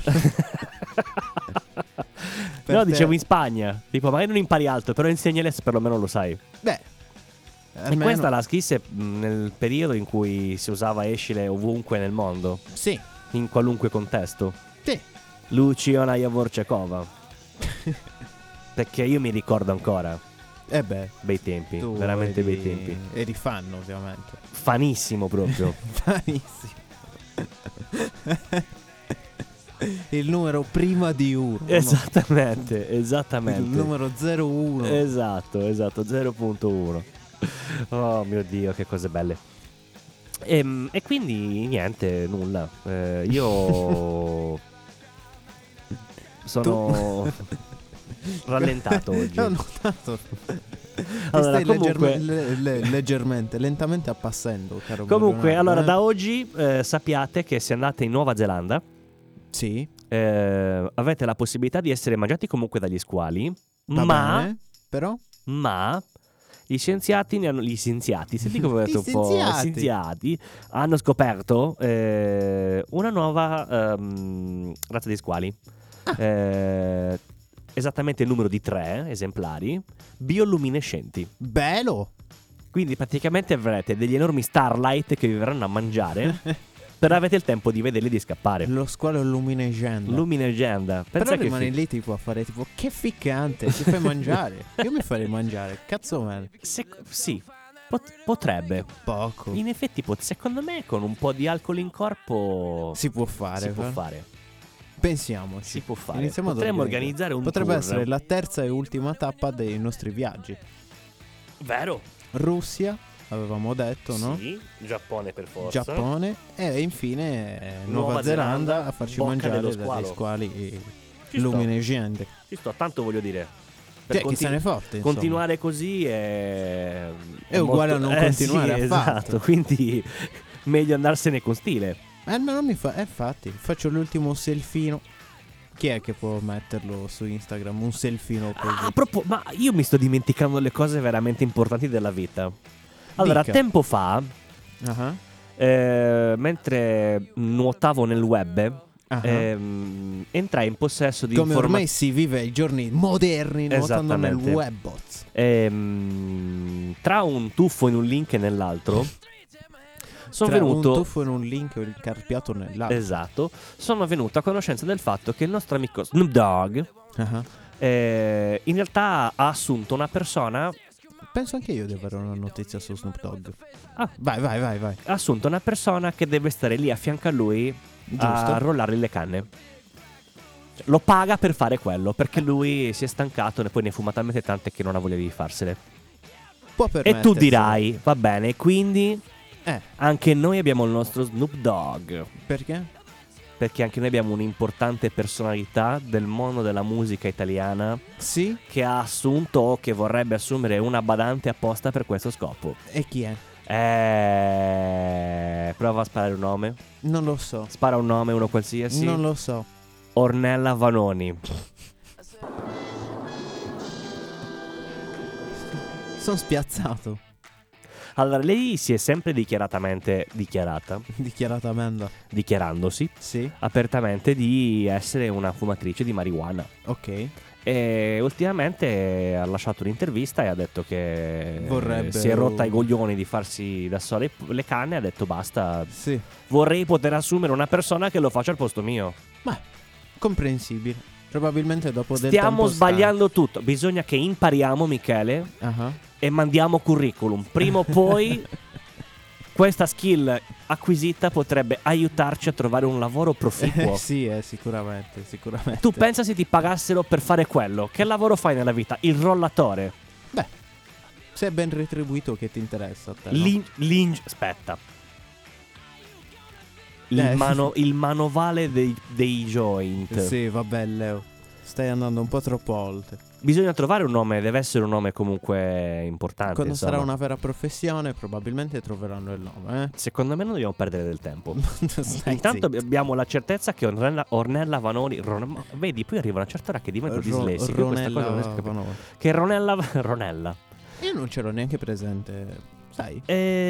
Per No, te- dicevo in Spagna. Tipo, magari non impari altro, però insegnales perlomeno lo sai. Beh. E almeno- questa la scrisse nel periodo in cui si usava escile ovunque nel mondo, Sì. in qualunque contesto. Sì. Luciana Javorčekova. Perché io mi ricordo ancora. E beh. Bei tempi, Tu veramente eri- bei tempi. Eri fan, ovviamente. Fanissimo proprio. Fanissimo. Il numero prima di uno. no? Esattamente. Il numero 01. Esatto, 0.1. Oh mio Dio, che cose belle. E quindi niente, nulla. Io sono rallentato oggi. Ho notato. Allora, Ti stai comunque- leggermente, lentamente appassendo, caro Comunque, Leonardo, allora, da oggi sappiate che se andate in Nuova Zelanda Sì, avete la possibilità di essere mangiati comunque dagli squali, va ma bene, però gli scienziati gli scienziati, senti come ho detto un po', scienziati. scienziati hanno scoperto una nuova razza di squali. Esattamente il numero di 3 esemplari bioluminescenti. bello. Quindi praticamente avrete degli enormi starlight che vi verranno a mangiare per avere il tempo di vederli e di scappare. Lo squalo lumineggiante. Lumineggianda. Però Pensa che rimani lì tipo a fare tipo che ficcante, ti fai mangiare. Io mi farei mangiare, cazzo man. sì, potrebbe. Poco. In effetti, secondo me, con un po' di alcol in corpo Si può fare. si può però. fare. Pensiamoci. Si può fare. Iniziamo ad Potremmo organizzare un Potrebbe tour. essere la terza e ultima tappa dei nostri viaggi. Vero? Russia, avevamo detto, no? Sì, Giappone per forza. Giappone e infine Nuova Nuova Zelanda, Zelanda a farci bocca mangiare dello dagli squalo. squali Ci sto. lumineggianti. Ci sto, tanto voglio dire. Per Cioè, chi se ne fotte, insomma. continuare così è uguale a non continuare sì, affatto. esatto, quindi meglio andarsene con stile. Almeno mi fa. Infatti, faccio l'ultimo selfino. Chi è che può metterlo su Instagram? Un selfino così. Ma io mi sto dimenticando le cose veramente importanti della vita. Allora, Dica. tempo fa, Ah, mentre nuotavo nel web, ah. entrai in possesso di Come ormai informazioni. si vive ai giorni moderni nuotando nel Esattamente. webbots. Tra un tuffo in un link e nell'altro, sono Tra venuto. un tuffo in un link e il carpiato nell'altro. Esatto, sono venuto a conoscenza del fatto che il nostro amico Snoop Dogg Ah, in realtà ha assunto una persona penso anche io di avere una notizia su Snoop Dogg. Ah. Vai. Ha assunto una persona che deve stare lì a fianco a lui Giusto. a rollargli le canne. Cioè, lo paga per fare quello, perché lui si è stancato e poi ne fuma talmente tante che non ha voglia di farsele. Può E tu permetterselo. dirai, va bene, quindi Eh, anche noi abbiamo il nostro Snoop Dogg. perché? Perché anche noi abbiamo un'importante personalità del mondo della musica italiana Sì. che ha assunto o che vorrebbe assumere una badante apposta per questo scopo. E chi è? Prova a sparare un nome. Non lo so. Spara un nome, uno qualsiasi. Non lo so. Ornella Vanoni. Sono spiazzato. Allora, lei si è sempre dichiaratamente dichiarandosi Sì. apertamente di essere una fumatrice di marijuana. Ok. E ultimamente ha lasciato un'intervista e ha detto che Vorrebbe si è rotta i coglioni di farsi da sola le canne e ha detto basta, Sì. vorrei poter assumere una persona che lo faccia al posto mio. Comprensibile. Probabilmente dopo del Stiamo tempo sbagliando tutto. Bisogna che impariamo, Michele, Ah. e mandiamo curriculum. Prima o poi questa skill acquisita potrebbe aiutarci a trovare un lavoro proficuo. Sì, sicuramente. Tu pensa se ti pagassero per fare quello? Che lavoro fai nella vita? Il rollatore. Beh, se è ben retribuito, che ti interessa a te, no? Aspetta. Eh. Il manovale dei joint. Sì, vabbè, Leo. Stai andando un po' troppo oltre. Bisogna trovare un nome, deve essere un nome comunque importante. Quando insomma. sarà una vera professione, probabilmente troveranno il nome, Secondo me non dobbiamo perdere del tempo. Stai Intanto zitto. abbiamo la certezza che Ornella Vanoni. Vedi, poi arriva una certa ora che divento dislessico. Questa cosa non riesco a capire. Vanoni. Che Ronella. Io non ce l'ho neanche presente, sai?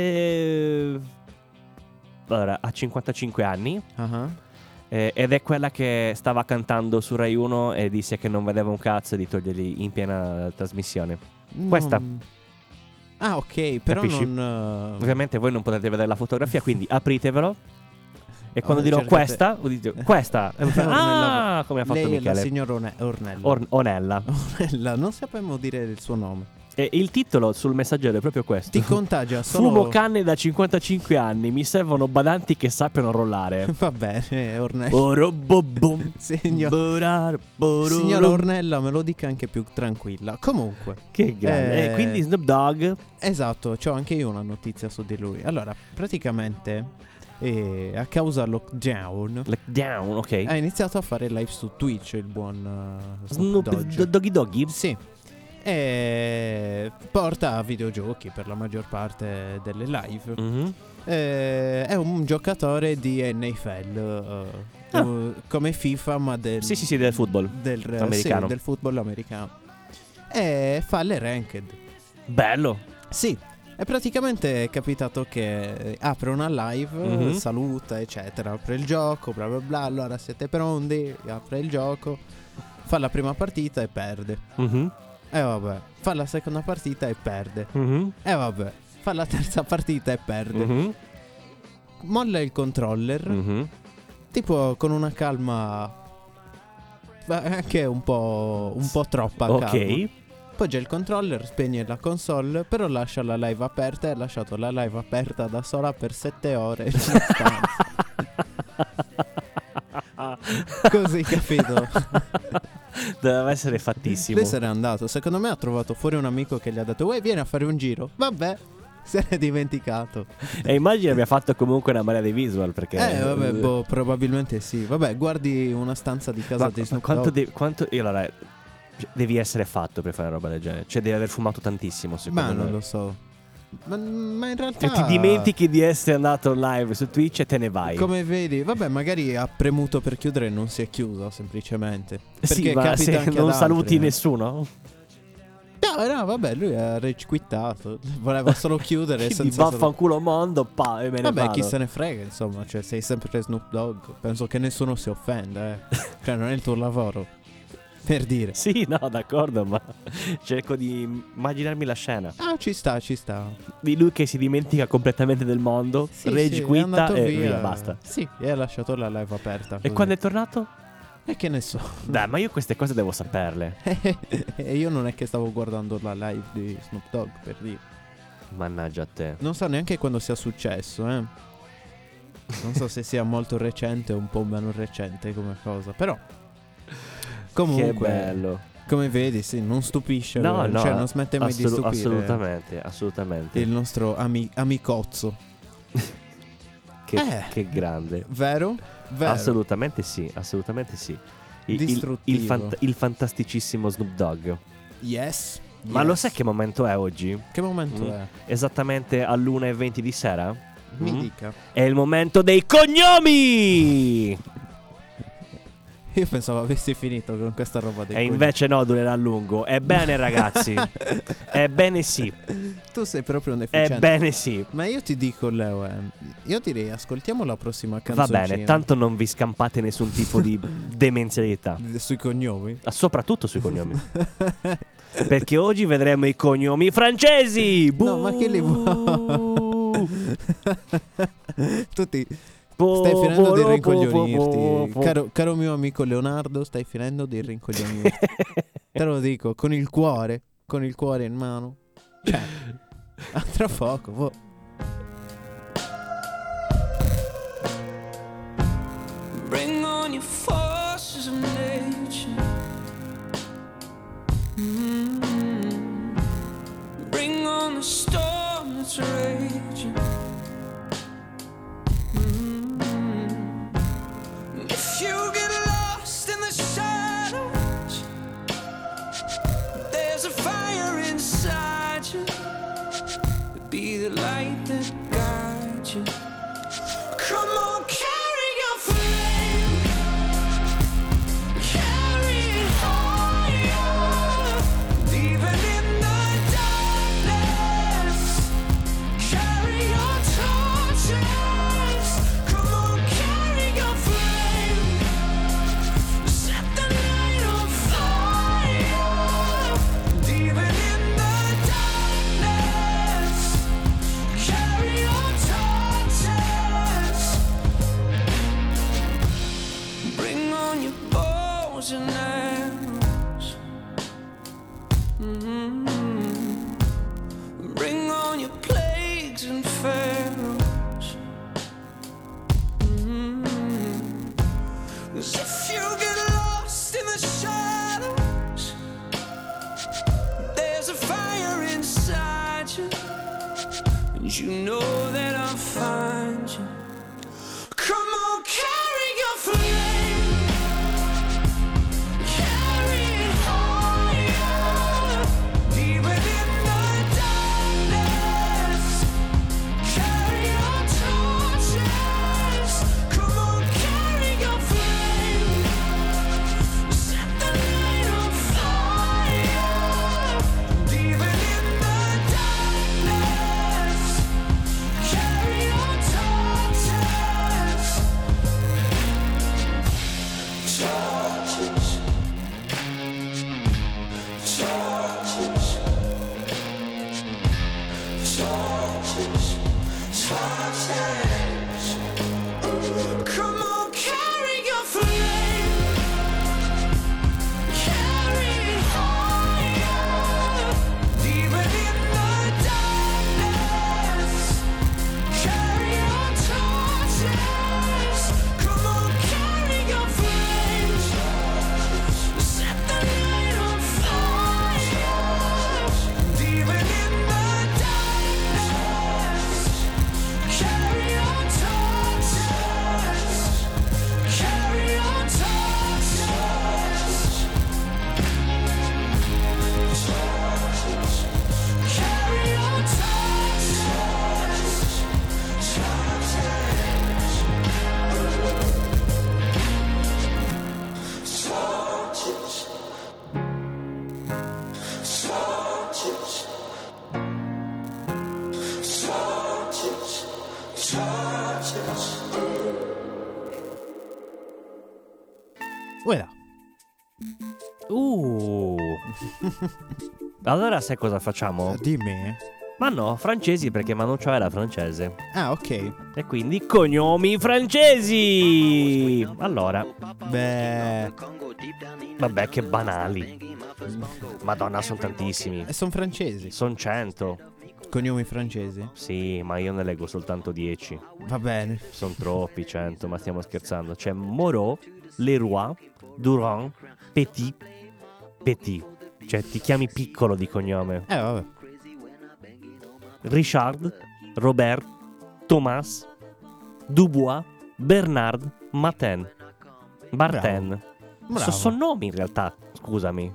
Allora, ha 55 anni. Ah. Ed è quella che stava cantando su Rai 1 e disse che non vedeva un cazzo di toglierli in piena trasmissione. Questa. Ah, ok, però Capisci? non... Ovviamente voi non potete vedere la fotografia, quindi apritevelo. E quando Oh, dirò cercate- questa, voi dite, questa. Ornella- Come ha fatto Lei è la Michele. signora Ornella. Onella. Ornella, non sappiamo dire il suo nome. E il titolo sul messaggero è proprio questo. Ti contagia solo... Fumo canne da 55 anni, mi servono badanti che sappiano rollare. Va bene, Ornella. Orobobom. Signora Ornella, me lo dica anche più tranquilla. Comunque, Che grande. Quindi Snoop Dogg. esatto, c'ho anche io una notizia su di lui. Allora, praticamente, a causa lockdown, Down, ok. ha iniziato a fare live su Twitch il buon Snoop Dogg. Doggy. Sì. E porta videogiochi per la maggior parte delle live. Mhm. È un giocatore di NFL, come FIFA, ma del Sì, del football. Americano. sì, del football americano. E fa le ranked. Bello. Sì. E praticamente è capitato che apre una live, Mhm. saluta, eccetera, apre il gioco, bla bla bla. Allora siete pronti? Apre il gioco, fa la prima partita e perde. Mhm. E vabbè, fa la seconda partita e perde. Mhm. E vabbè, fa la terza partita e perde. Mhm. Molla il controller, Mhm. tipo con una calma anche un po' troppa calma. Ok. Poggia il controller, spegne la console, però lascia la live aperta e ha lasciato la live aperta da sola per 7 ore in stanza. Così, capito? Deve essere fattissimo. Lui se n'è andato. Secondo me ha trovato fuori un amico che gli ha detto: "Uè, vieni a fare un giro". Vabbè, se n'è dimenticato. E immagino abbia fatto comunque una marea di visual perché Vabbè, boh, probabilmente sì. Vabbè, guardi una stanza di casa Ma di Snoop quanto, Dogg. quanto allora, devi essere fatto per fare una roba del genere. Cioè devi aver fumato tantissimo, secondo Ma me. non lo so. Ma in realtà Cioè, ti dimentichi di essere andato live su Twitch e te ne vai. Come vedi, vabbè, magari ha premuto per chiudere e non si è chiuso semplicemente. Sì, Perché ma capita se anche non ad saluti altri, nessuno. No, vabbè, lui ha rage quittato. Voleva solo chiudere Quindi senza vaffanculo mondo, e me ne Vabbè, vado. chi se ne frega, insomma, cioè sei sempre Snoop Dogg. Penso che nessuno si offenda, Cioè non è il tuo lavoro. Per dire. Sì, no, d'accordo, ma cerco di immaginarmi la scena Ah, ci sta. di lui che si dimentica completamente del mondo, Sì, rage sì, è quitta andato e via. via, basta. Sì, e ha lasciato la live aperta. E così. quando è tornato? E che ne so. Dai, ma io queste cose devo saperle. E io non è che stavo guardando la live di Snoop Dogg, per dire. Mannaggia a te. Non so neanche quando sia successo, Non so se sia molto recente o un po' meno recente come cosa, però comunque Che bello. come vedi, sì, non stupisce, No, no, cioè non smette mai di stupire. assolutamente, assolutamente. Il nostro amicozzo. Che grande. Vero? Vero. Assolutamente sì, assolutamente sì. Distruttivo. Il fantasticissimo Snoop Dogg. Yes. Ma lo sai che momento è oggi? Che momento è? Esattamente all'1:20 di sera? Mi dica. È il momento dei cognomi! Io pensavo avessi finito con questa roba dei E invece no, durerà a lungo. Ebbene ragazzi, ebbene sì, Tu sei proprio un deficiente. ebbene sì. Ma io ti dico, Leo, io direi ascoltiamo la prossima Va canzoncina. bene, tanto non vi scampate nessun tipo di demenzialità. Sui cognomi. Soprattutto sui cognomi. Perché oggi vedremo i cognomi francesi. No, ma che li vuoi? Tutti. Stai finendo di rincoglionirti. Caro mio amico Leonardo, stai finendo di rincoglionirti. Te lo dico, con il cuore in mano. Cioè, a tra poco. Boh. Bring on your forces of nature. Bring on the storm that's raging. If you get lost in the shadows, there's a fire inside you. Be the light that guides you. Come on, carry your flame. Carry it higher. Even in the darkness, carry your torches. Come on, carry your flame. Set the night on fire. Even in the darkness, carry your torches. Bring on your bows and arrows. Bring on your plagues and pharaohs. 'Cause if you get lost in the shadows, there's a fire inside you, and you know that I'll find you. Come on, carry your flame. Carry it higher. Even in the darkness, carry your torches. Come on, carry your flame. Set the night on fire. Even in the darkness, carry your torches. Torches. Torches. Torches. Torches. Come on, carry your flame. Carry it higher. Even in the darkness, carry your torches. Come on, carry your flame. Set the night on fire. Even in the darkness, carry your torches. Carry your torches. Torches. Carry your torches. Torches. Torches. Torches. Torches. Voilà. Allora sai cosa facciamo? Dimmi. Ma no, francesi perché Manuccio era francese. Ah, ok. E quindi cognomi francesi. Allora, Beh, vabbè, che banali. Madonna, sono tantissimi. e sono francesi. Sono 100. Cognomi francesi. Sì, ma io ne leggo soltanto 10. Va bene. Sono troppi, 100, ma stiamo scherzando. C'è Moreau, Leroy, Durand, Petit. Cioè, ti chiami piccolo di cognome. Vabbè. Richard, Robert, Thomas, Dubois, Bernard, Martin. Bravo. Sono nomi in realtà, scusami.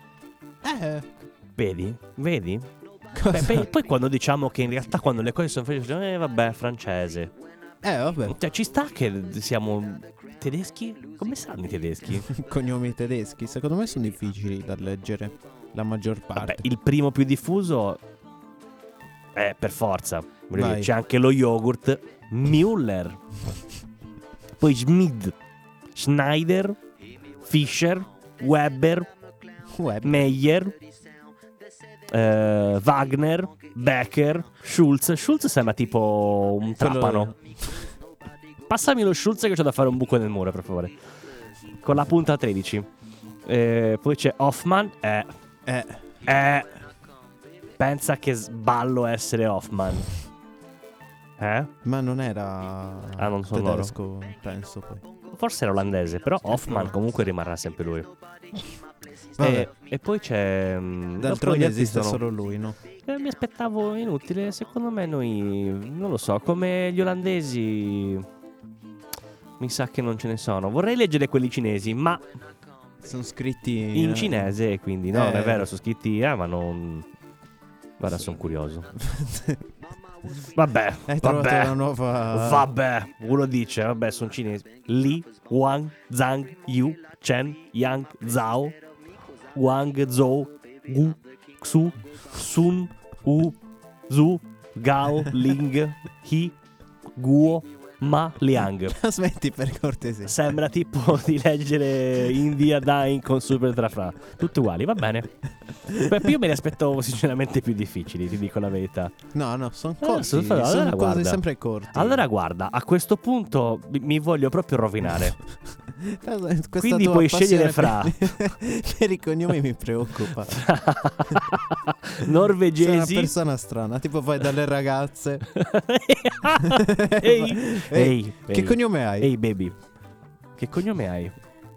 Vedi? Poi quando diciamo che in realtà quando le cose sono francesi, vabbè, francese. Vabbè. Cioè, ci sta che siamo tedeschi? Come sanno i tedeschi? Cognomi tedeschi, secondo me sono difficili da leggere. La maggior parte. Vabbè, il primo più diffuso è per forza. Voglio Vai. dire, c'è anche lo yogurt Müller. Poi Schmid, Schneider, Fischer, Weber, Meyer, Wagner, Becker, Schulz. Schulz sembra tipo un trapano. Passami lo Schulz che c'ho da fare un buco nel muro, per favore. Con la punta 13. Poi c'è Hoffman. Pensa che sballo essere Hoffman. Ma non era non sono tedesco, penso poi. Forse era olandese, però Hoffman comunque rimarrà sempre lui. Vabbè. E poi c'è D'altronde esiste solo lui, no? Mi aspettavo inutile. Secondo me noi, non lo so, come gli olandesi, mi sa che non ce ne sono. Vorrei leggere quelli cinesi, ma sono scritti in cinese, quindi no, non è vero, sono scritti, ma non. Guarda, sono curioso. Vabbè, Hai trovato una nuova. Vabbè, uno dice, vabbè, sono cinesi. Li, Wang, Zhang, Yu, Chen, Yang, Zhao, Wang, Zhou, Gu, Xu, Sun, U, Zu, Gao, Ling, He, Guo, Ma, Liang. Smetti per cortesia. Sembra tipo di leggere India Dying con Super Trafra. Tutti uguali, va bene. Io me li aspettavo sinceramente più difficili, ti dico la verità. No, sono corti. Allora, sono cose guarda. sempre corti. Allora guarda, a questo punto mi voglio proprio rovinare. Quindi tua puoi scegliere passione per i cognomi mi preoccupa. Norvegesi. Sei una persona strana, tipo vai dalle ragazze. Ehi, che cognome hai? Ehi baby, che cognome hai?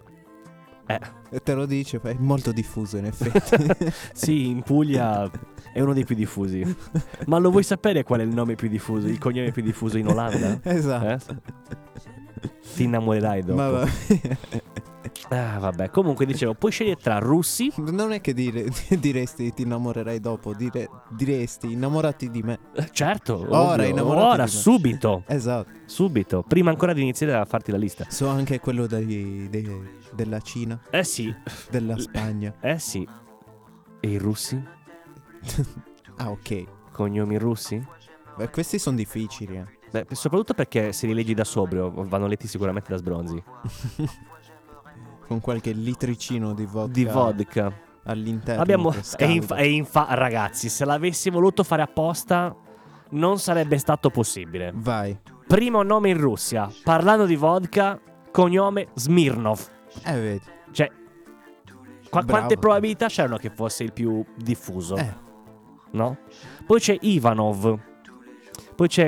Te lo dice, è molto diffuso in effetti. Sì, in Puglia è uno dei più diffusi. Ma lo vuoi sapere qual è il nome più diffuso, il cognome più diffuso in Olanda? Esatto. Ti innamorerai dopo. Ma vabbè, comunque dicevo, puoi scegliere tra russi. Non è che diresti ti innamorerai dopo, diresti innamorati di me. Certo, ora innamorati di me. Subito. Esatto. Subito, prima ancora di iniziare a farti la lista. So anche quello della Cina. Sì. Della Spagna. Sì. E i russi? Ah, ok. Cognomi russi? Beh, questi sono difficili, Beh, soprattutto perché se li leggi da sobrio vanno letti sicuramente da sbronzi. Con qualche litricino di vodka. All'interno. Abbiamo ragazzi, se l'avessi voluto fare apposta non sarebbe stato possibile. Vai. Primo nome in Russia, parlando di vodka, cognome Smirnov. Vedi. Cioè, quante probabilità c'erano che fosse il più diffuso? No? Poi c'è Ivanov. Poi c'è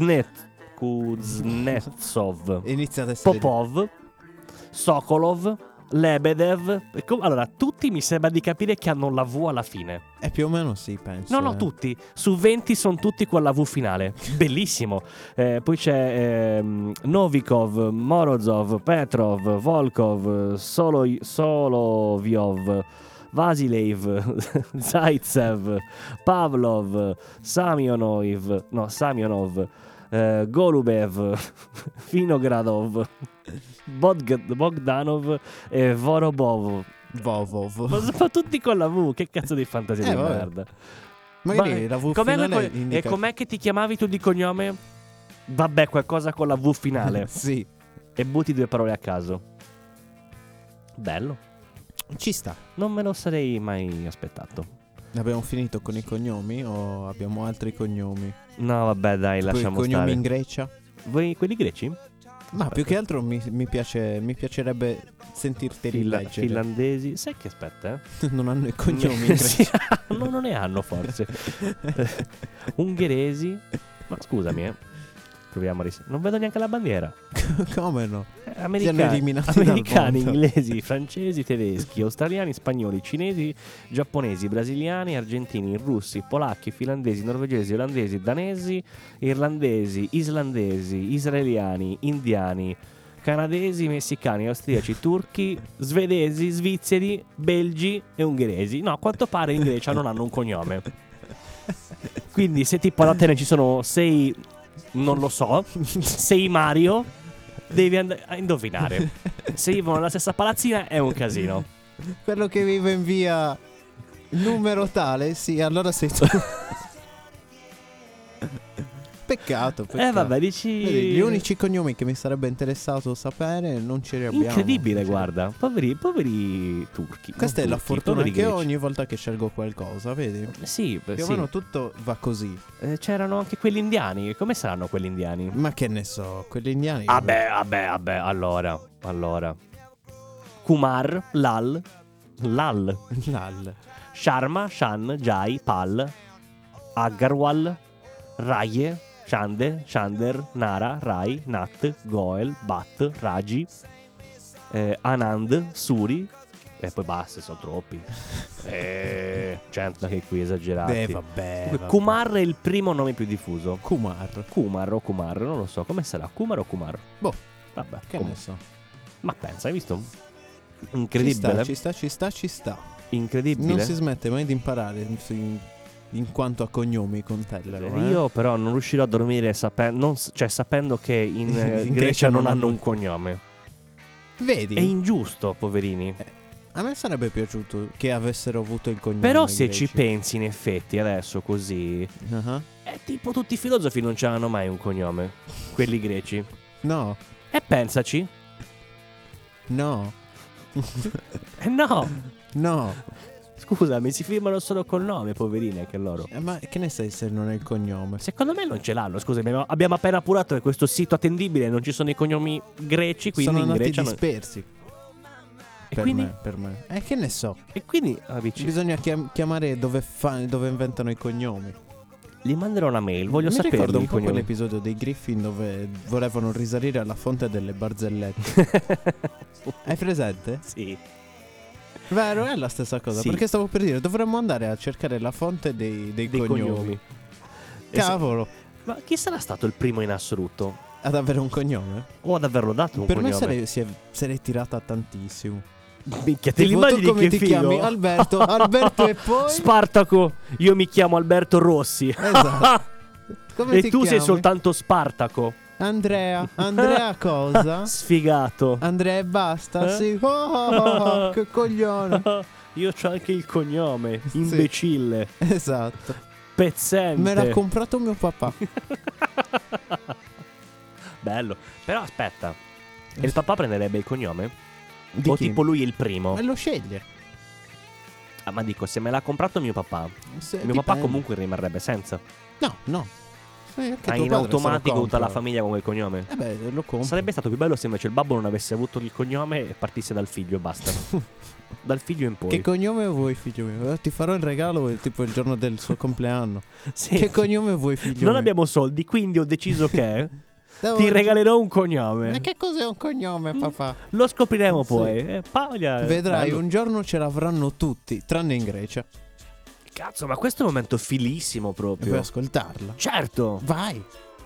Kuznetsov. Iniziate a essere Popov, Sokolov, Lebedev. Allora, tutti mi sembra di capire che hanno la V alla fine. Più o meno sì, penso. No, tutti. Su 20 sono tutti con la V finale. Bellissimo. Poi c'è Novikov, Morozov, Petrov, Volkov, Solovyov, Vasilev, Zaitsev, Pavlov, Samionov, Golubev, Vinogradov, Bogdanov e Vorobov. Ma sono tutti con la V. Che cazzo di fantasia di merda. Magari la V finale E com'è che ti chiamavi tu di cognome? Vabbè, qualcosa con la V finale. Sì. E butti 2 parole a caso. Bello. Ci sta. Non me lo sarei mai aspettato. Abbiamo finito con i cognomi o abbiamo altri cognomi? No, vabbè, dai, lasciamo cognomi stare. in Grecia? Voi quelli greci? Ma più che altro mi piacerebbe sentirti leggere. Finlandesi. Sai che aspetta, Non hanno i cognomi in Sì, Grecia. no, non ne hanno forse. Ungheresi. Ma scusami, proviamo a non vedo neanche la bandiera. Come no? Americani, eliminati dal americani, mondo. inglesi, francesi, tedeschi, australiani, spagnoli, cinesi, giapponesi, brasiliani, argentini, russi, polacchi, finlandesi, norvegesi, olandesi, danesi, irlandesi, islandesi, israeliani, indiani, canadesi, messicani, austriaci, turchi, svedesi, svizzeri, belgi e ungheresi. No, a quanto pare in Grecia non hanno un cognome. Quindi se tipo ad Atene ci sono 6, non lo so, 6 Mario, devi andare a indovinare. Se vivono nella stessa palazzina è un casino. Quello che vive in via numero tale, sì, allora sei tu. Peccato. Vabbè, dici... Vedi, gli unici cognomi che mi sarebbe interessato sapere non ce li abbiamo. Incredibile, guarda. Poveri turchi. Questa Non è la turchi, fortuna poveri che ho greci. ogni volta che scelgo qualcosa, vedi? Sì, Più o sì. meno tutto va così. C'erano anche quelli indiani. Come saranno quelli indiani? Ma che ne so, quelli indiani. Vabbè. Allora. Kumar, Lal, Lal. Sharma, Shan, Jai, Pal, Agarwal, Raye, Shande, Shander, Nara, Rai, Nat, Goel, Bat, Raji, Anand, Suri. E poi basta, sono troppi. 100 che qui esagerati. Vabbè. Kumar è il primo nome più diffuso. Kumar. Kumar, non lo so. Come sarà? Kumar o Kumar? Boh, Vabbè, che comunque. ne so. Ma pensa, hai visto? Incredibile. Ci sta. Incredibile. Non si smette mai di imparare in quanto a cognomi con te. Io però non riuscirò a dormire sapendo che in Grecia non hanno un cognome. Vedi? È ingiusto, poverini. A me sarebbe piaciuto che avessero avuto il cognome. Però i se greci. ci pensi in effetti adesso così, Uh-huh. è tipo tutti i filosofi non c'hanno mai un cognome, quelli greci. No. E pensaci. No. No. Scusami, si firmano solo col nome, poverini, anche loro. Ma che ne sai se non è il cognome? Secondo me non ce l'hanno, scusami, abbiamo appena appurato che questo sito attendibile non ci sono i cognomi greci, quindi Sono in nati Grecia dispersi. E Per quindi? me. Che ne so. E quindi amici, Bisogna chiamare dove inventano i cognomi. gli manderò una mail, voglio Mi sapere ricordo un i po' cognomi. quell'episodio dei Griffin dove volevano risalire alla fonte delle barzellette. Hai presente? Sì. Vero, è la stessa cosa. Sì. Perché stavo per dire, dovremmo andare a cercare la fonte dei cognomi. E Cavolo, ma chi sarà stato il primo in assoluto? ad avere un cognome? O ad averlo dato un Per cognome? me sarei tirata tantissimo. Minchia, te Tipo, l'immagini tu come che ti figo? chiami? Alberto e poi Spartaco, io mi chiamo Alberto Rossi. Esatto. Come E ti tu sei chiami? soltanto Spartaco. Andrea cosa? Sfigato. Andrea e basta, Eh? sì. Oh, che coglione. Io c'ho anche il cognome, imbecille, Esatto. pezzente. Me l'ha comprato mio papà. Bello. Però aspetta, il papà prenderebbe il cognome? Di O chi? tipo lui è il primo? Me lo sceglie. Ah, ma dico, se me l'ha comprato mio papà, Se- mio papà dipende. comunque rimarrebbe senza. No. Anche Ah, tuo in padre se lo automatico tutta la compra. famiglia con quel cognome. Lo compro. Sarebbe stato più bello se invece il babbo non avesse avuto il cognome e partisse dal figlio e basta. Dal figlio in poi. Che cognome vuoi, figlio mio? Ti farò il regalo tipo il giorno del suo compleanno. Sì. Che cognome vuoi, figlio Non mio? abbiamo soldi, quindi ho deciso che Devo- ti regalerò un cognome. Ma che cos'è un cognome, papà? Lo scopriremo Sì. poi. Vedrai, bello. un giorno ce l'avranno tutti, tranne in Grecia. Cazzo, ma questo è un momento filissimo E proprio. vuoi ascoltarla? Certo. Vai.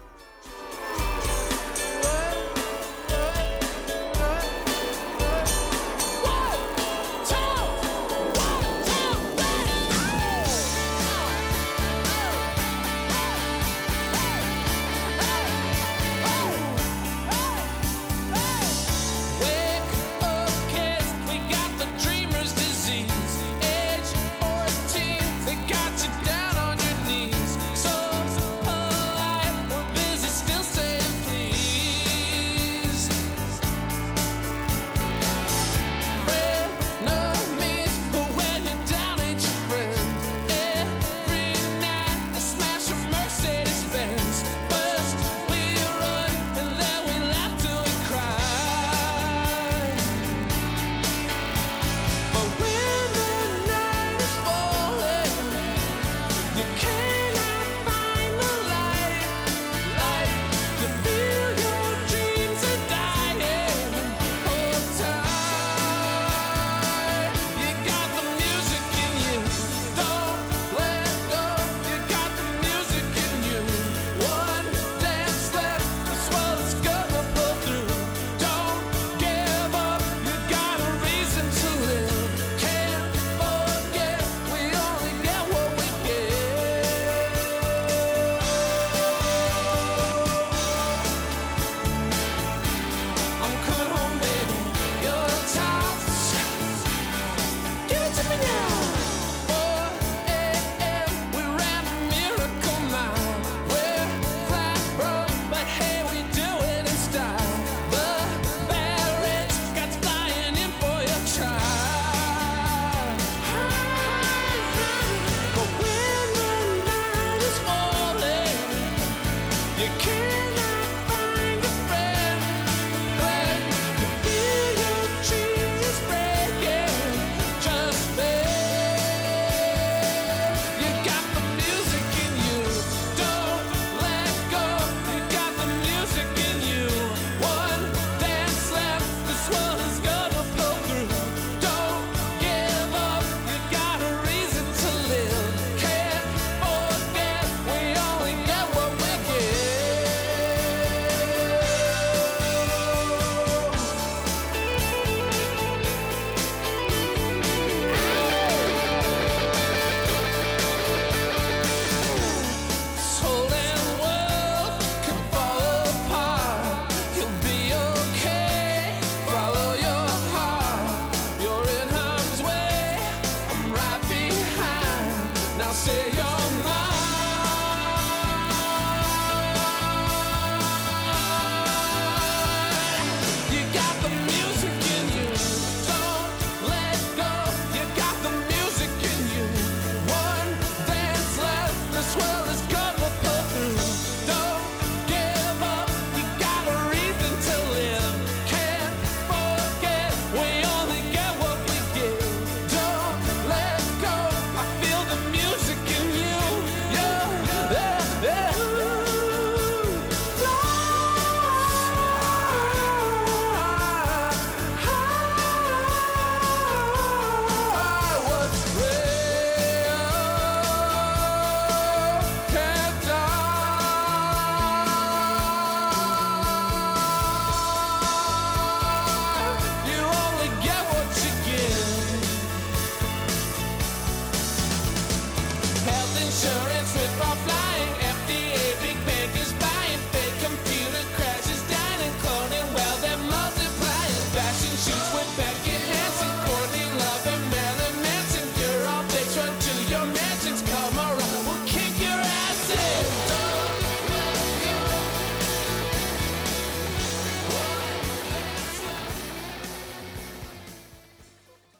Wake up, kids, we got the dreamer's disease. Age 14, they got you down on your knees. So alive,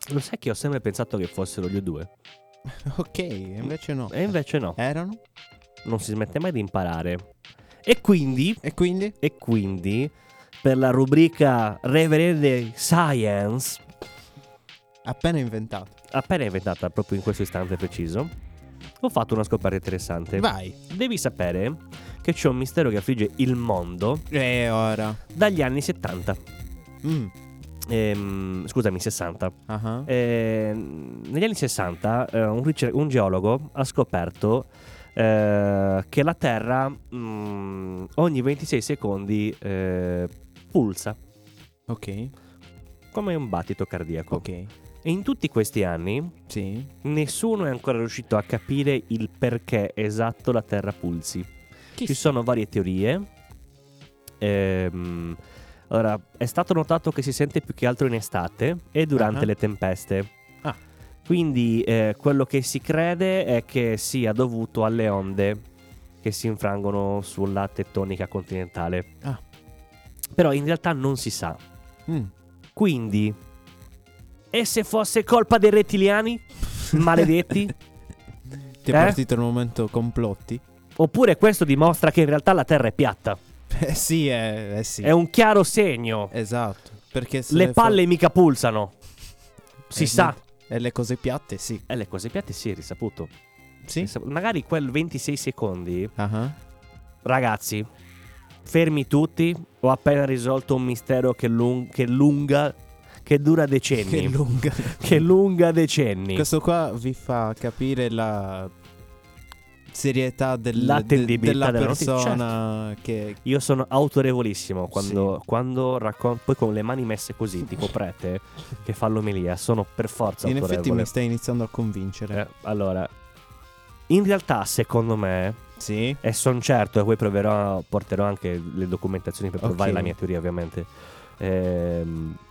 Lo sai che ho sempre pensato che fossero gli U2? Ok, invece no. E invece no. Erano? Non si smette mai di imparare. E quindi, E quindi? per la rubrica Reverend Science, Appena inventato. appena inventata proprio in questo istante preciso, ho fatto una scoperta interessante. Vai. Devi sapere che c'è un mistero che affligge il mondo E ora? dagli anni 70. Scusami, 60. Ah. Negli anni 60 un geologo ha scoperto che la Terra ogni 26 secondi pulsa Ok. come un battito cardiaco. Ok. E in tutti questi anni Sì. nessuno è ancora riuscito a capire il perché esatto la Terra pulsi. Ci sono varie teorie. Allora, è stato notato che si sente più che altro in estate e durante le tempeste. Ah. Quindi quello che si crede è che sia dovuto alle onde che si infrangono sulla tettonica continentale. Ah. Però in realtà non si sa. Mm. Quindi, e se fosse colpa dei rettiliani? Maledetti? Ti è partito il momento complotti? Oppure questo dimostra che in realtà la Terra è piatta? Sì, sì. È un chiaro segno. Esatto. Perché se Le palle mica pulsano. Si sa. E le cose piatte, sì. E le cose piatte sì, risaputo. Sì? Magari quel 26 secondi. Ah. Ragazzi, fermi tutti. Ho appena risolto un mistero che dura decenni. Che lunga. Che lunga decenni. Questo qua vi fa capire la serietà l'attendibilità della della notizia, persona che... Io sono autorevolissimo quando racconto, poi con le mani messe così, tipo prete, che fa l'omelia, sono per forza In autorevole. effetti mi stai iniziando a convincere. Allora, in realtà, secondo me, Sì. e sono certo, e poi porterò anche le documentazioni per provare la mia teoria, ovviamente, che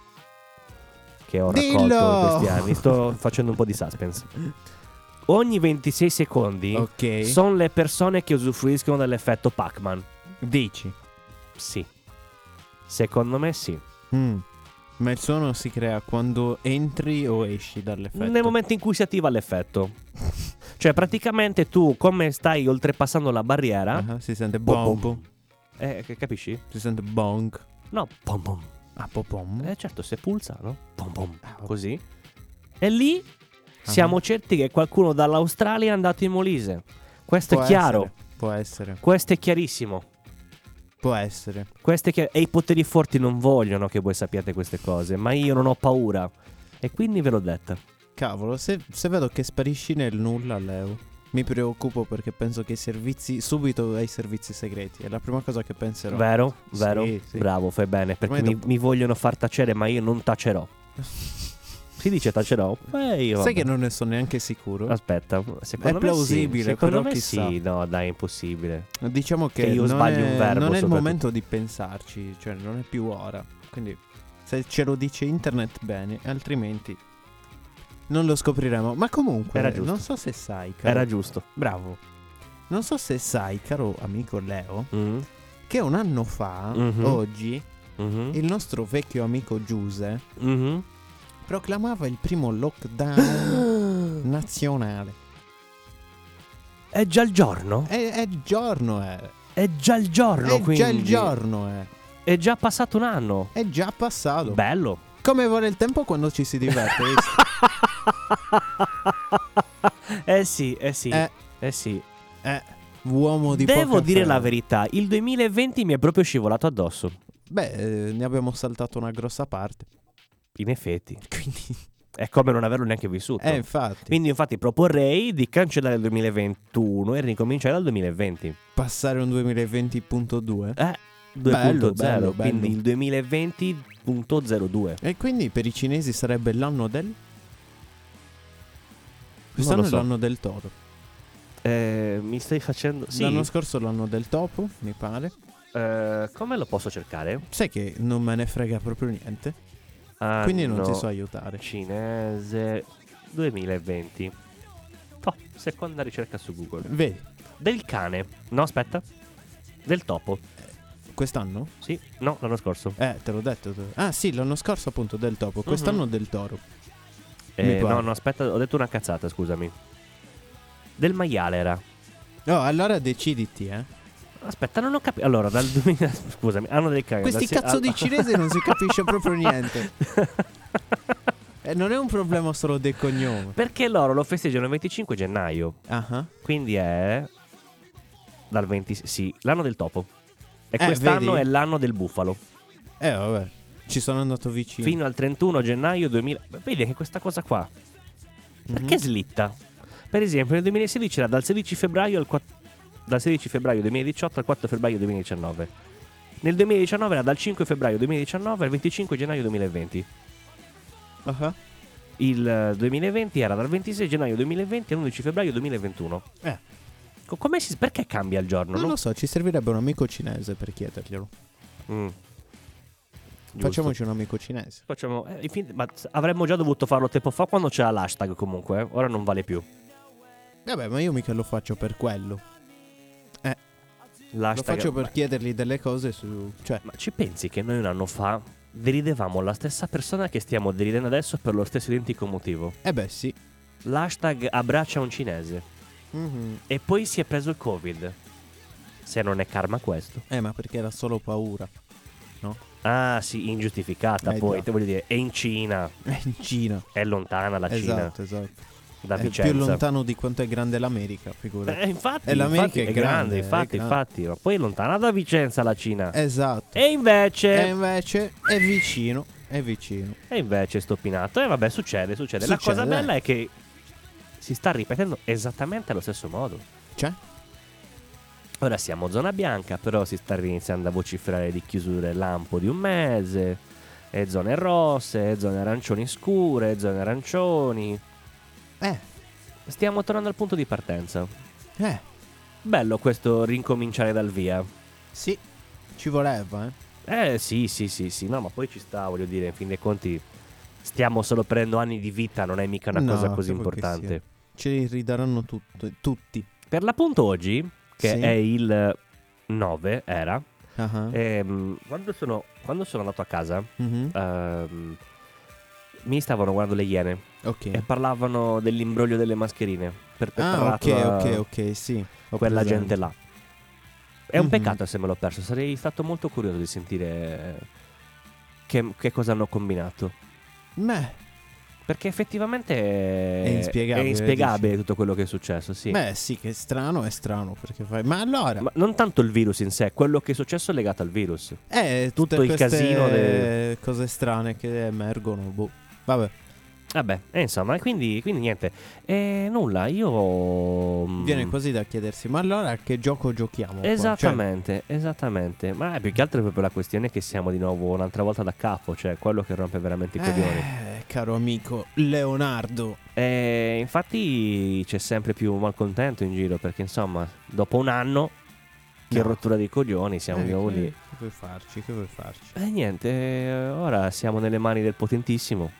ho raccolto in questi anni. Sto facendo un po' di suspense. Ogni 26 secondi Ok. sono le persone che usufruiscono dell'effetto Pac-Man. Dici. Sì. Secondo me sì. Ma il suono si crea quando entri o esci dall'effetto? Nel momento in cui si attiva l'effetto. Cioè praticamente tu, come stai oltrepassando la barriera, Si sente Pom, bom. capisci? Si sente bong. No, pom pom. Ah, popom. Certo, se pulsa, no? Pom pom. Così. E lì siamo certi che qualcuno dall'Australia è andato in Molise. Questo è chiaro. Può essere. Questo è chiarissimo. Può essere. E i poteri forti non vogliono che voi sappiate queste cose, ma io non ho paura. E quindi ve l'ho detta. Cavolo, se vedo che sparisci nel nulla, Leo, mi preoccupo perché penso che i servizi, subito ai servizi segreti. È la prima cosa che penserò. Vero? Sì. Bravo, fai bene. Perché Ormai mi vogliono far tacere, ma io non tacerò. Si dice tacerò? Io Sai vabbè. che non ne sono neanche sicuro. Aspetta, secondo È me plausibile, sì. Secondo però me chissà. sì. No, dai, è impossibile. Diciamo che io sbaglio un verbo, non è il soprattutto. momento di pensarci, cioè non è più ora. Quindi se ce lo dice internet bene, altrimenti non lo scopriremo. Ma comunque, Era giusto. non so se sai, caro, Era giusto. bravo. Non so se sai, caro amico Leo, Mhm, che un anno fa, Mhm. oggi, mhm, il nostro vecchio amico Giuse mhm. proclamava il primo lockdown nazionale. È già il giorno? È giorno, È già il giorno, È quindi. già il giorno, È già passato un anno. È già passato. Bello. Come vuole il tempo quando ci si diverte, visto? Sì. Sì. Uomo di Devo poca dire fede. la verità, il 2020 mi è proprio scivolato addosso. Beh, ne abbiamo saltato una grossa parte. In effetti. Quindi, È come non averlo neanche vissuto. infatti, Quindi infatti proporrei di cancellare il 2021 e ricominciare dal 2020. passare un 2020.2. 2.0, bello. quindi il 2020.02. E quindi per i cinesi sarebbe l'anno del... Quest'anno Non lo so. è l'anno del toro. Mi stai facendo... Sì. L'anno scorso l'anno del topo, mi pare. Come lo posso cercare? Sai che non me ne frega proprio niente. Quindi non ti so aiutare. Cinese 2020. Seconda ricerca su Google. Vedi, Del cane. No, aspetta. Del topo. quest'anno? Sì. No, l'anno scorso. Te l'ho detto. Ah sì, l'anno scorso appunto del topo. Quest'anno del toro. Mi pare. No, aspetta, ho detto una cazzata, scusami. Del maiale era. No, allora deciditi, Aspetta, non ho capito. Allora, dal 2000. Scusami, anno del cagno. Questi cazzo di cinese non si capisce proprio niente. E non è un problema solo del cognome. Perché loro lo festeggiano il 25 gennaio. Ah, Quindi è. Dal 20. Sì, l'anno del topo. E quest'anno vedi? è l'anno del bufalo. vabbè. Ci sono andato vicino. Fino al 31 gennaio 2000. Vedi che questa cosa qua. Perché slitta? Per esempio, nel 2016 era dal 16 febbraio dal 16 febbraio 2018 al 4 febbraio 2019. Nel 2019 era dal 5 febbraio 2019 al 25 gennaio 2020. Ah. Il 2020 era dal 26 gennaio 2020 all'11 febbraio 2021. Perché cambia il giorno? Non lo so, ci servirebbe un amico cinese per chiederglielo. Giusto. Facciamoci un amico cinese. Ma avremmo già dovuto farlo tempo fa quando c'era l'hashtag comunque. Ora non vale più. Vabbè, ma io mica lo faccio per quello. Lo L'hashtag, faccio per chiedergli delle cose su... Cioè, Ma ci pensi che noi un anno fa deridevamo la stessa persona che stiamo deridendo adesso per lo stesso identico motivo? sì. L'hashtag abbraccia un cinese. Mhm. E poi si è preso il Covid. Se non è karma questo. Ma perché era solo paura. Ah sì, ingiustificata. Poi già. te voglio dire, è in Cina. È in Cina. È lontana la Cina. Esatto. Da È Vicenza. più lontano di quanto è grande l'America, figurati. Infatti, E l'America infatti, è grande, infatti. Ma poi è lontana da Vicenza la Cina. Esatto. E invece è vicino. È vicino. E invece è stoppinato. E vabbè, succede. La cosa bella è che si sta ripetendo esattamente allo stesso modo. Cioè? Ora siamo zona bianca, però si sta iniziando a vociferare di chiusure lampo di un mese, e zone rosse, e zone arancioni scure, e zone arancioni. Stiamo tornando al punto di partenza. Bello questo rincominciare dal via. Sì, ci voleva, Sì. No, ma poi ci sta, voglio dire, in fin dei conti stiamo solo prendendo anni di vita, non è mica una cosa così proprio che importante. Ce li ridaranno tutti. Per l'appunto oggi, che Sì. è il 9, era, Ah. quando sono andato a casa, Mhm. mi stavano guardando le Iene Ok. e parlavano dell'imbroglio delle mascherine per Ah, perpetrato ok, sì. Ho quella presente. gente là. È un Mhm. peccato se me l'ho perso, sarei stato molto curioso di sentire che cosa hanno combinato. Perché effettivamente inspiegabile, è inspiegabile tutto quello che è successo, sì. Sì, che è strano, perché fai... Ma allora... Ma non tanto il virus in sé, quello che è successo è legato al virus. Tutte il queste casino cose strane che emergono, boh. Vabbè, Vabbè, insomma, quindi niente. Nulla, io... viene quasi da chiedersi, ma allora che gioco giochiamo? qua? Esattamente. Ma più che altro è proprio la questione che siamo di nuovo un'altra volta da capo, cioè quello che rompe veramente i coglioni. Caro amico Leonardo. Infatti c'è sempre più malcontento in giro, perché insomma, dopo un anno, che No. rottura dei coglioni, siamo di nuovo lì. Che vuoi farci? E niente, ora siamo nelle mani del potentissimo.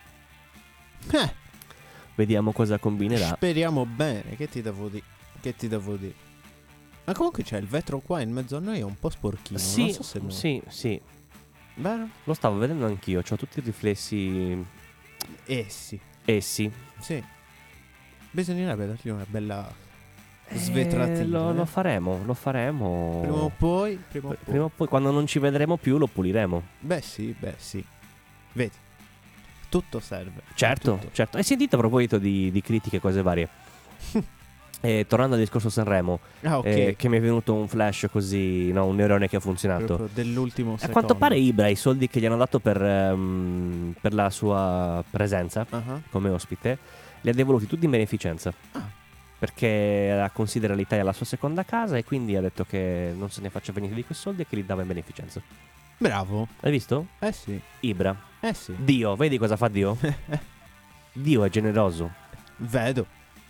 Vediamo cosa combinerà. Speriamo bene, che ti devo dire? Ma comunque c'è il vetro qua in mezzo a noi, è un po' sporchino. Sì, non so se sì. Vero? Lo stavo vedendo anch'io, c'ho tutti i riflessi Sì. essi. Sì. Bisognerebbe dargli una bella svetratina. Lo faremo. Prima o poi. Prima o poi, quando non ci vedremo più, lo puliremo. Beh sì. Vedi. Tutto serve. Certo, Tutto. certo. Hai sentito a proposito di critiche e cose varie? Tornando al discorso Sanremo, Ah, ok. che mi è venuto un flash così, no, un neurone che ha funzionato. Proprio dell'ultimo A secondo. quanto pare Ibra i soldi che gli hanno dato per la sua presenza Ah. come ospite li ha devoluti tutti in beneficenza. Ah. Perché considera l'Italia la sua seconda casa e quindi ha detto che non se ne faceva niente di quei soldi e che li dava in beneficenza. Bravo. Hai visto? Sì. Ibra. Sì. Dio, vedi cosa fa Dio? Dio è generoso. Vedo.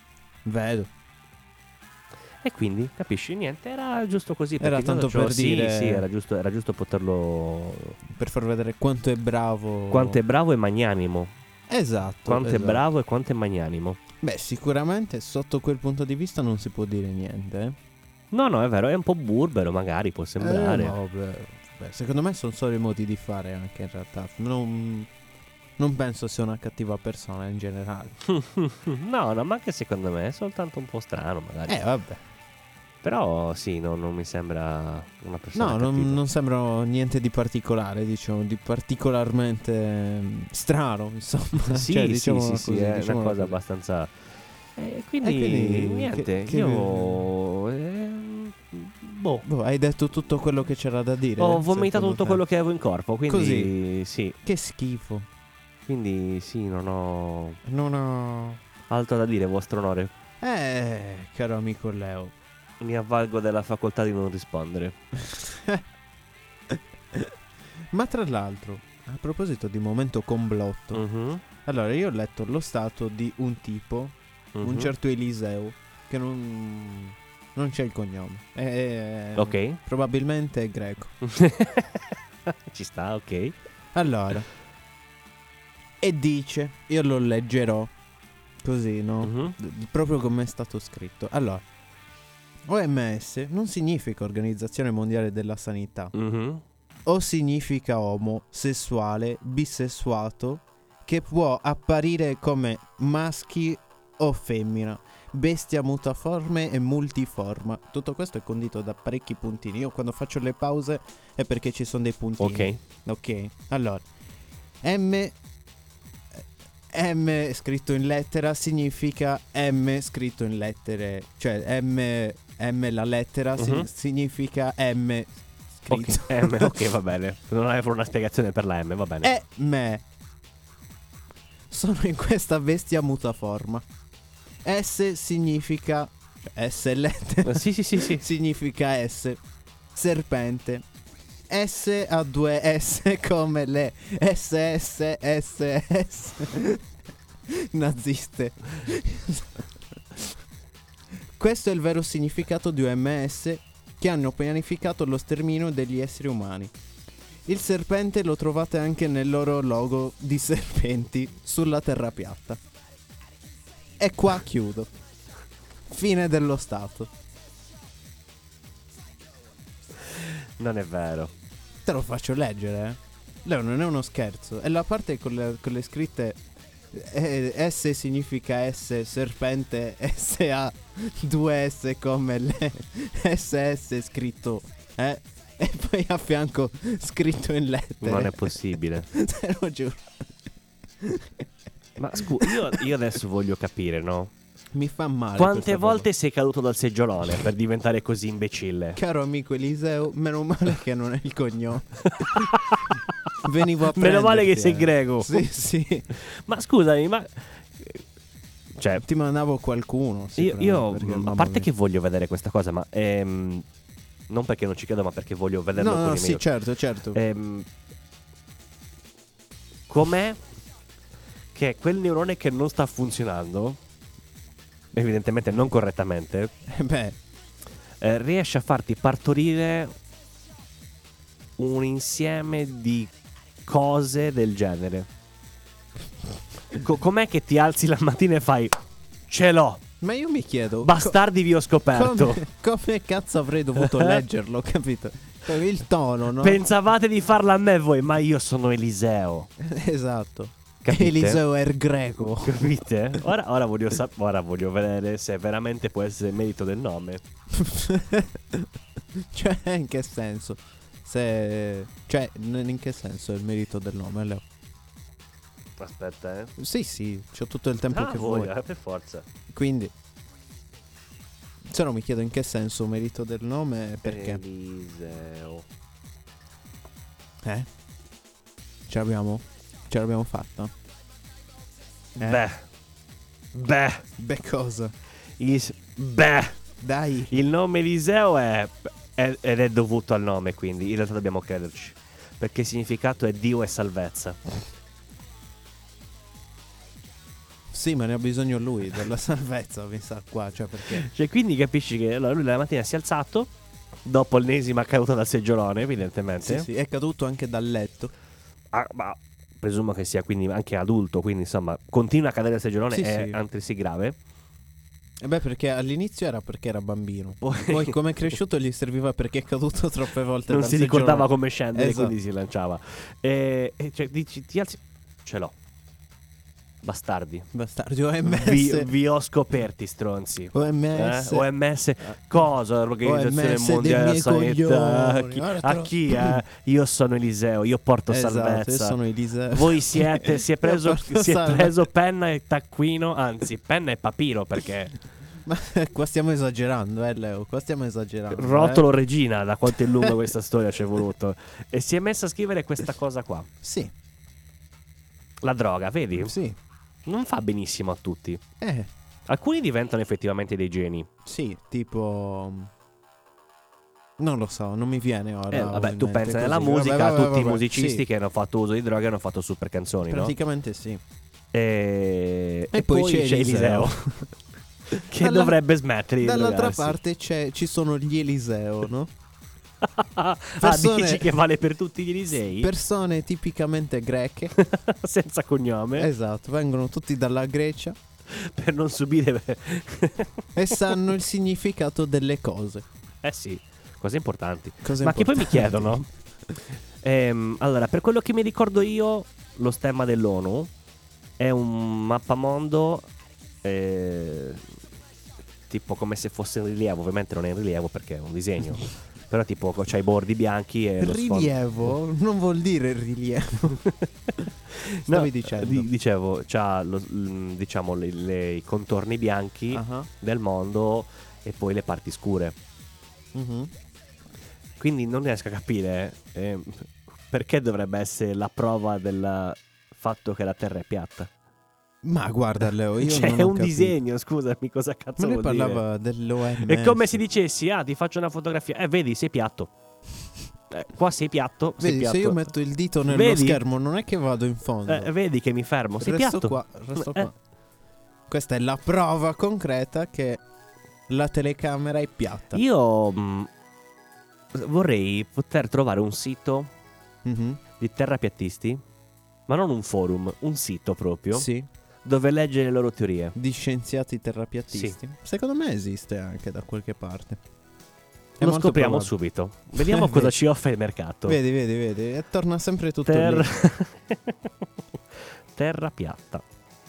E quindi, capisci, niente, era giusto così. Era perché tanto per sì, dire- Sì, era giusto poterlo... Per far vedere quanto è bravo. Quanto è bravo e magnanimo. Esatto. Quanto è esatto. bravo e quanto è magnanimo. Beh, sicuramente sotto quel punto di vista non si può dire niente. No, è vero, è un po' burbero magari, può sembrare. No, beh, secondo me sono solo i modi di fare anche in realtà. Non Non penso sia una cattiva persona in generale. No, ma anche secondo me è soltanto un po' strano magari. Vabbè. Però sì, non mi sembra una persona No, cattiva. non sembra niente di particolare, diciamo, di particolarmente strano, insomma. Sì, Cioè, sì, diciamo sì, così, è diciamo una cosa così. abbastanza... quindi niente, che- io... boh, Boh, hai detto tutto quello che c'era da dire. ho vomitato secondo tutto te? quello che avevo in corpo, quindi Così? sì, Che schifo. quindi sì, non ho Non ho... altro da dire, vostro onore. Caro amico Leo. Mi avvalgo della facoltà di non rispondere. Ma tra l'altro, a proposito di momento complotto, Mhm, allora io ho letto lo stato di un tipo, un mhm. certo Eliseo, che non c'è il cognome. Ok. Probabilmente è greco. Ci sta, ok. Allora, e dice, io lo leggerò così, no? Mhm. Proprio come è stato scritto. Allora, OMS non significa Organizzazione Mondiale della Sanità, Mhm. o significa omosessuale, bisessuato, che può apparire come maschi o femmina, bestia mutaforme e multiforma. Tutto questo è condito da parecchi puntini. Io quando faccio le pause è perché ci sono dei puntini. Ok, allora M scritto in lettera significa M scritto in lettere. Cioè M la lettera Mhm. significa M scritto. Ok, ok, va bene. Non avevo una spiegazione per la M, va bene. E me sono in questa bestia mutaforma. S significa S lettera Sì, significa S serpente. S ha due S come le SSSS naziste. Questo è il vero significato di OMS, che hanno pianificato lo sterminio degli esseri umani. Il serpente lo trovate anche nel loro logo di serpenti sulla terra piatta. E qua chiudo. Fine dello stato. Non è vero. Te lo faccio leggere, eh. Leo, non è uno scherzo. È la parte con le scritte S significa S, serpente, SA, 2S come le SS scritto, e poi a fianco scritto in lettere. Non è possibile. Te lo giuro. Ma scusa, io adesso voglio capire, no? Mi fa male. Quante questa volte sei caduto dal seggiolone per diventare così imbecille? cosa. Caro amico Eliseo, meno male che non è il cognome. Venivo a Meno male che prenderti, sei greco. Sì, sì. Ma scusami, ma... Cioè, Ti mandavo qualcuno. io perché, a mamma parte mia. che voglio vedere questa cosa, ma non perché non ci credo, ma perché voglio vederlo con No, i sì, miei... certo. Com'è che quel neurone che non sta funzionando, evidentemente non correttamente, Beh, riesce a farti partorire un insieme di cose del genere. Com'è che ti alzi la mattina e fai ce l'ho, ma io mi chiedo bastardi vi ho scoperto. come cazzo avrei dovuto leggerlo, capito? Il tono, no? Pensavate di farla a me voi, ma io sono Eliseo. Esatto. Capite? Eliseo è il greco. Capite? Ora voglio vedere se veramente può essere merito del nome. Cioè, in che senso? Cioè, in che senso è il merito del nome, Leo? Aspetta, Sì, c'ho tutto il tempo che vuoi. per forza. Quindi, se no mi chiedo in che senso merito del nome, perché? Eliseo. Ce l'abbiamo fatta? Beh, Cosa? beh. Dai. Il nome Eliseo ed è dovuto al nome, quindi in realtà dobbiamo crederci. Perché il significato è Dio e salvezza. Sì, ma ne ha bisogno lui della salvezza, mi sa qua, cioè perché? Cioè, quindi capisci che allora, lui la mattina si è alzato dopo l'ennesima caduta dal seggiolone, evidentemente. Sì, è caduto anche dal letto. Ma presumo che sia quindi anche adulto, quindi insomma continua a cadere dal seggiolone, Sì, è sì. altresì grave. E beh, perché all'inizio era perché era bambino. Poi come è cresciuto gli serviva perché è caduto troppe volte Non dal si ricordava seggiolone. come scendere, Esatto. quindi si lanciava. E cioè dici, ti alzi, ce l'ho. Bastardi. OMS. Vi ho scoperti, stronzi. OMS. OMS. Cosa? L'Organizzazione OMS Mondiale dei della miei Sanità. coglioni. A chi? Io sono Eliseo, io porto Esatto, salvezza. io sono Eliseo. Voi si è preso porto penna e taccuino, anzi penna e papiro, perché Ma qua stiamo esagerando, Leo. Qua stiamo esagerando. rotolo regina, da quanto è lunga questa storia ci è voluto. E si è messa a scrivere questa cosa qua. Sì, La droga, vedi? sì. Non fa benissimo a tutti. Eh, Alcuni diventano effettivamente dei geni. sì, tipo... Non lo so, non mi viene ora. Vabbè, tu in mente pensa nella così. musica, Vabbè, tutti i vabbè, musicisti sì. che hanno fatto uso di droga hanno fatto super canzoni, no? Praticamente sì. E poi c'è Eliseo. che dovrebbe smettere di Dall'altra drogarsi. parte ci sono gli Eliseo, no? Dici che vale per tutti gli Elisei? Persone tipicamente greche. Senza cognome. Esatto, vengono tutti dalla Grecia Per non subire. e sanno il significato delle cose. Sì, cose importanti. Cose Ma che poi mi importanti. chiedono. Allora, per quello che mi ricordo io, lo stemma dell'ONU è un mappamondo tipo come se fosse in rilievo. Ovviamente non è in rilievo perché è un disegno. Però tipo c'ha i bordi bianchi e lo sfondo. Rilievo non vuol dire rilievo. Stavi dicendo. Dicevo, c'ha diciamo i contorni bianchi Ah, del mondo e poi le parti scure. mhm. Quindi non riesco a capire perché dovrebbe essere la prova del fatto che la Terra è piatta. Ma guarda Leo, io C'è non ho un capito. disegno, scusami, cosa cazzo Ma lui vuol dire? parlava dell'OMS. È come se dicessi, ti faccio una fotografia. Vedi, sei piatto. Qua sei piatto. Sei Vedi, piatto. se io metto il dito nello Vedi? schermo non è che vado in fondo. Vedi che mi fermo. Sei resto piatto. qua, resto qua. Questa è la prova concreta che la telecamera è piatta. Io vorrei poter trovare un sito Mhm. di terrapiattisti, ma non un forum, un sito proprio, Sì, dove leggere le loro teorie. di scienziati terrapiattisti. Secondo me esiste anche da qualche parte. È Lo molto scopriamo probabile. subito. Vediamo cosa Vedi. ci offre il mercato. Vedi, e torna sempre tutto lì. Terra piatta.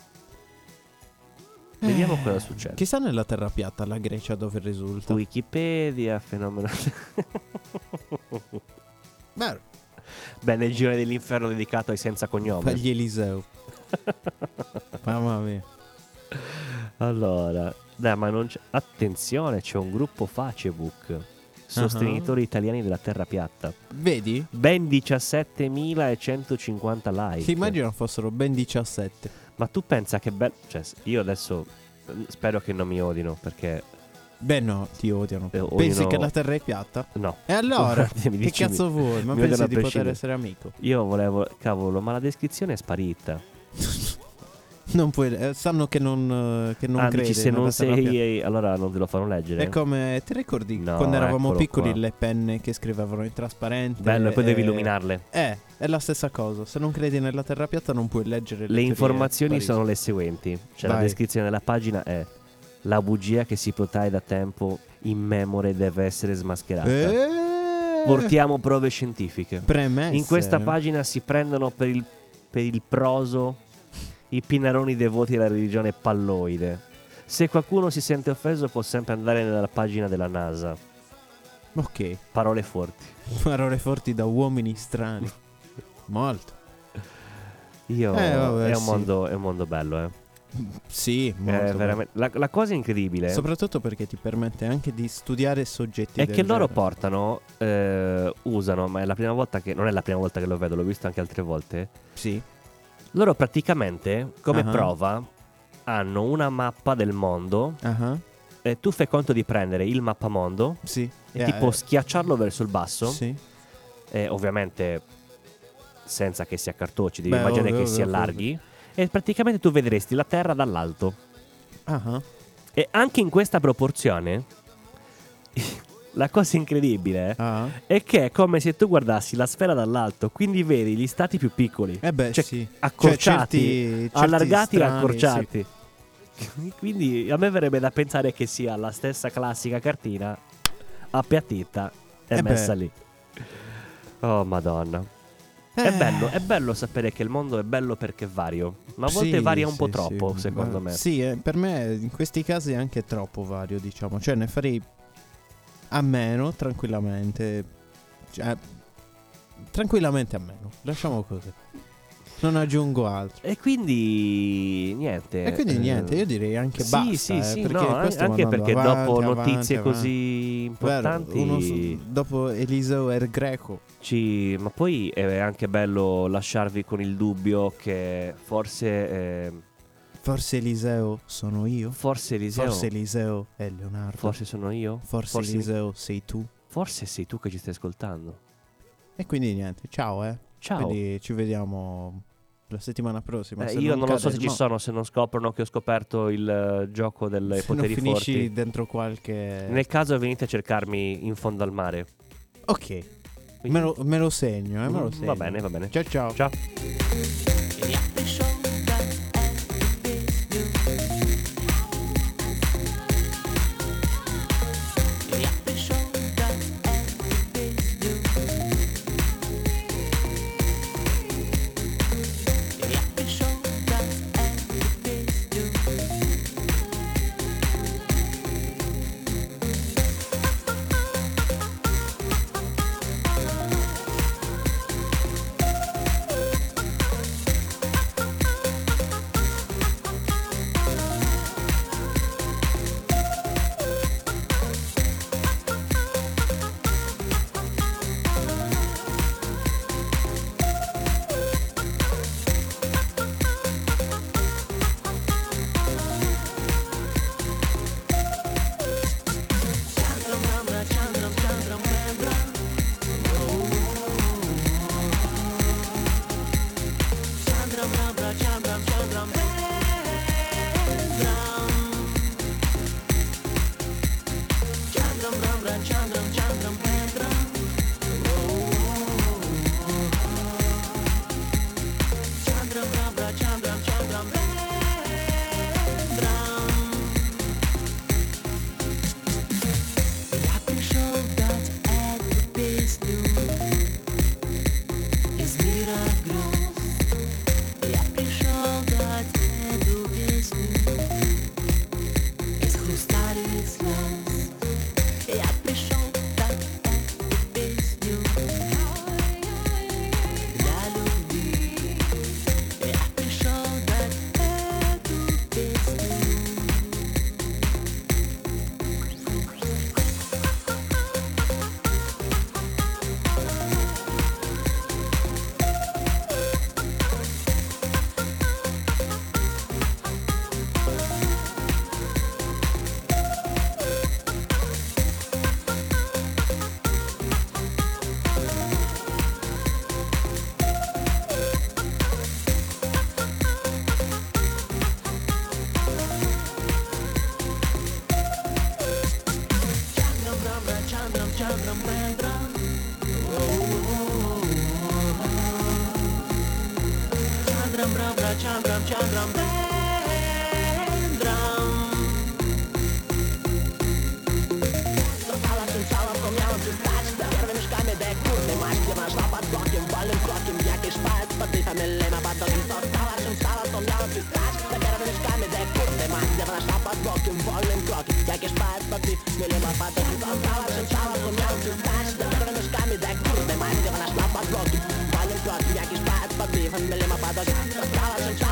Vediamo cosa succede. Chissà nella terra piatta, la Grecia dove risulta. Wikipedia, fenomeno. Beh, Beh, nel girone dell'inferno dedicato ai senza cognome. gli Eliseo. Mamma mia. Allora, dai, ma non c'è. Attenzione, c'è un gruppo Facebook. Sostenitori italiani della terra piatta. Vedi? Ben 17.150 like. Ti immagino fossero ben 17. Ma tu pensa che bello. Cioè, io adesso spero che non mi odino perché. Beh no, ti odiano. Odiano- Pensi che la terra è piatta? No. E allora? Mi Che dici- cazzo vuoi? Ma mi pensi odiano a di poter prescindere. essere amico? Io volevo. Cavolo, ma la descrizione è sparita. Non puoi, sanno che non credi dici se nella non terra piatta. sei. Allora non te lo fanno leggere. È come, ti ricordi No, quando eravamo eccolo piccoli qua. le penne che scrivevano in trasparente? Bello, e poi devi illuminarle. È la stessa cosa. Se non credi nella terra piatta non puoi leggere Le teorie informazioni Parisi. sono le seguenti. Cioè la Vai. descrizione della pagina è: la bugia che si protrae da tempo immemore deve essere smascherata. Portiamo prove scientifiche. Premesse. In questa pagina si prendono per il proso i pinaroni devoti alla religione palloide. Se qualcuno si sente offeso può sempre andare nella pagina della NASA. Ok. Parole forti. Parole forti da uomini strani. Molto. Vabbè, È sì. un mondo bello, Sì, molto. È veramente, la cosa incredibile Soprattutto perché ti permette anche di studiare soggetti è del che loro genere. portano, usano, ma è la prima volta che, non è la prima volta che lo vedo, l'ho visto anche altre volte. Sì. Loro praticamente, come Ah. prova, hanno una mappa del mondo. Ah, E tu fai conto di prendere il mappamondo sì. e tipo schiacciarlo verso il basso. Sì. Ovviamente senza che si accartocci, devi Beh, immaginare ovvio, che si ovvio, allarghi. E praticamente tu vedresti la Terra dall'alto. Ah. E anche in questa proporzione, la cosa incredibile Ah. è che è come se tu guardassi la sfera dall'alto, quindi vedi gli stati più piccoli. Beh, Cioè, sì. accorciati, certi allargati e strani, accorciati. Quindi a me verrebbe da pensare che sia la stessa classica cartina appiattita e Eh messa beh. lì. Oh madonna. È bello sapere che il mondo è bello perché è vario, ma a volte varia un po' troppo, secondo me. Sì, per me in questi casi è anche troppo vario, diciamo. Cioè ne farei a meno, tranquillamente. Cioè, tranquillamente a meno. Lasciamo così. Non aggiungo altro. E quindi niente. Io direi anche basta. Sì, perché no, anche perché avanti, dopo avanti, notizie avanti. così importanti. Dopo Eliseo e il Greco. Ma poi è anche bello lasciarvi con il dubbio che forse Eliseo sono io. Forse Eliseo è Leonardo. Forse sono io. Forse Eliseo sei tu. Forse sei tu che ci stai ascoltando. E quindi niente, ciao. Ciao. Quindi ci vediamo la settimana prossima. Io non lo so se ci sono, se non scoprono che ho scoperto il gioco delle se poteri non finisci forti. dentro qualche... Nel caso venite a cercarmi in fondo al mare. Ok. Quindi... Me lo segno, me lo segno. Va bene. Ciao. Ciao. Van Mille, maar dat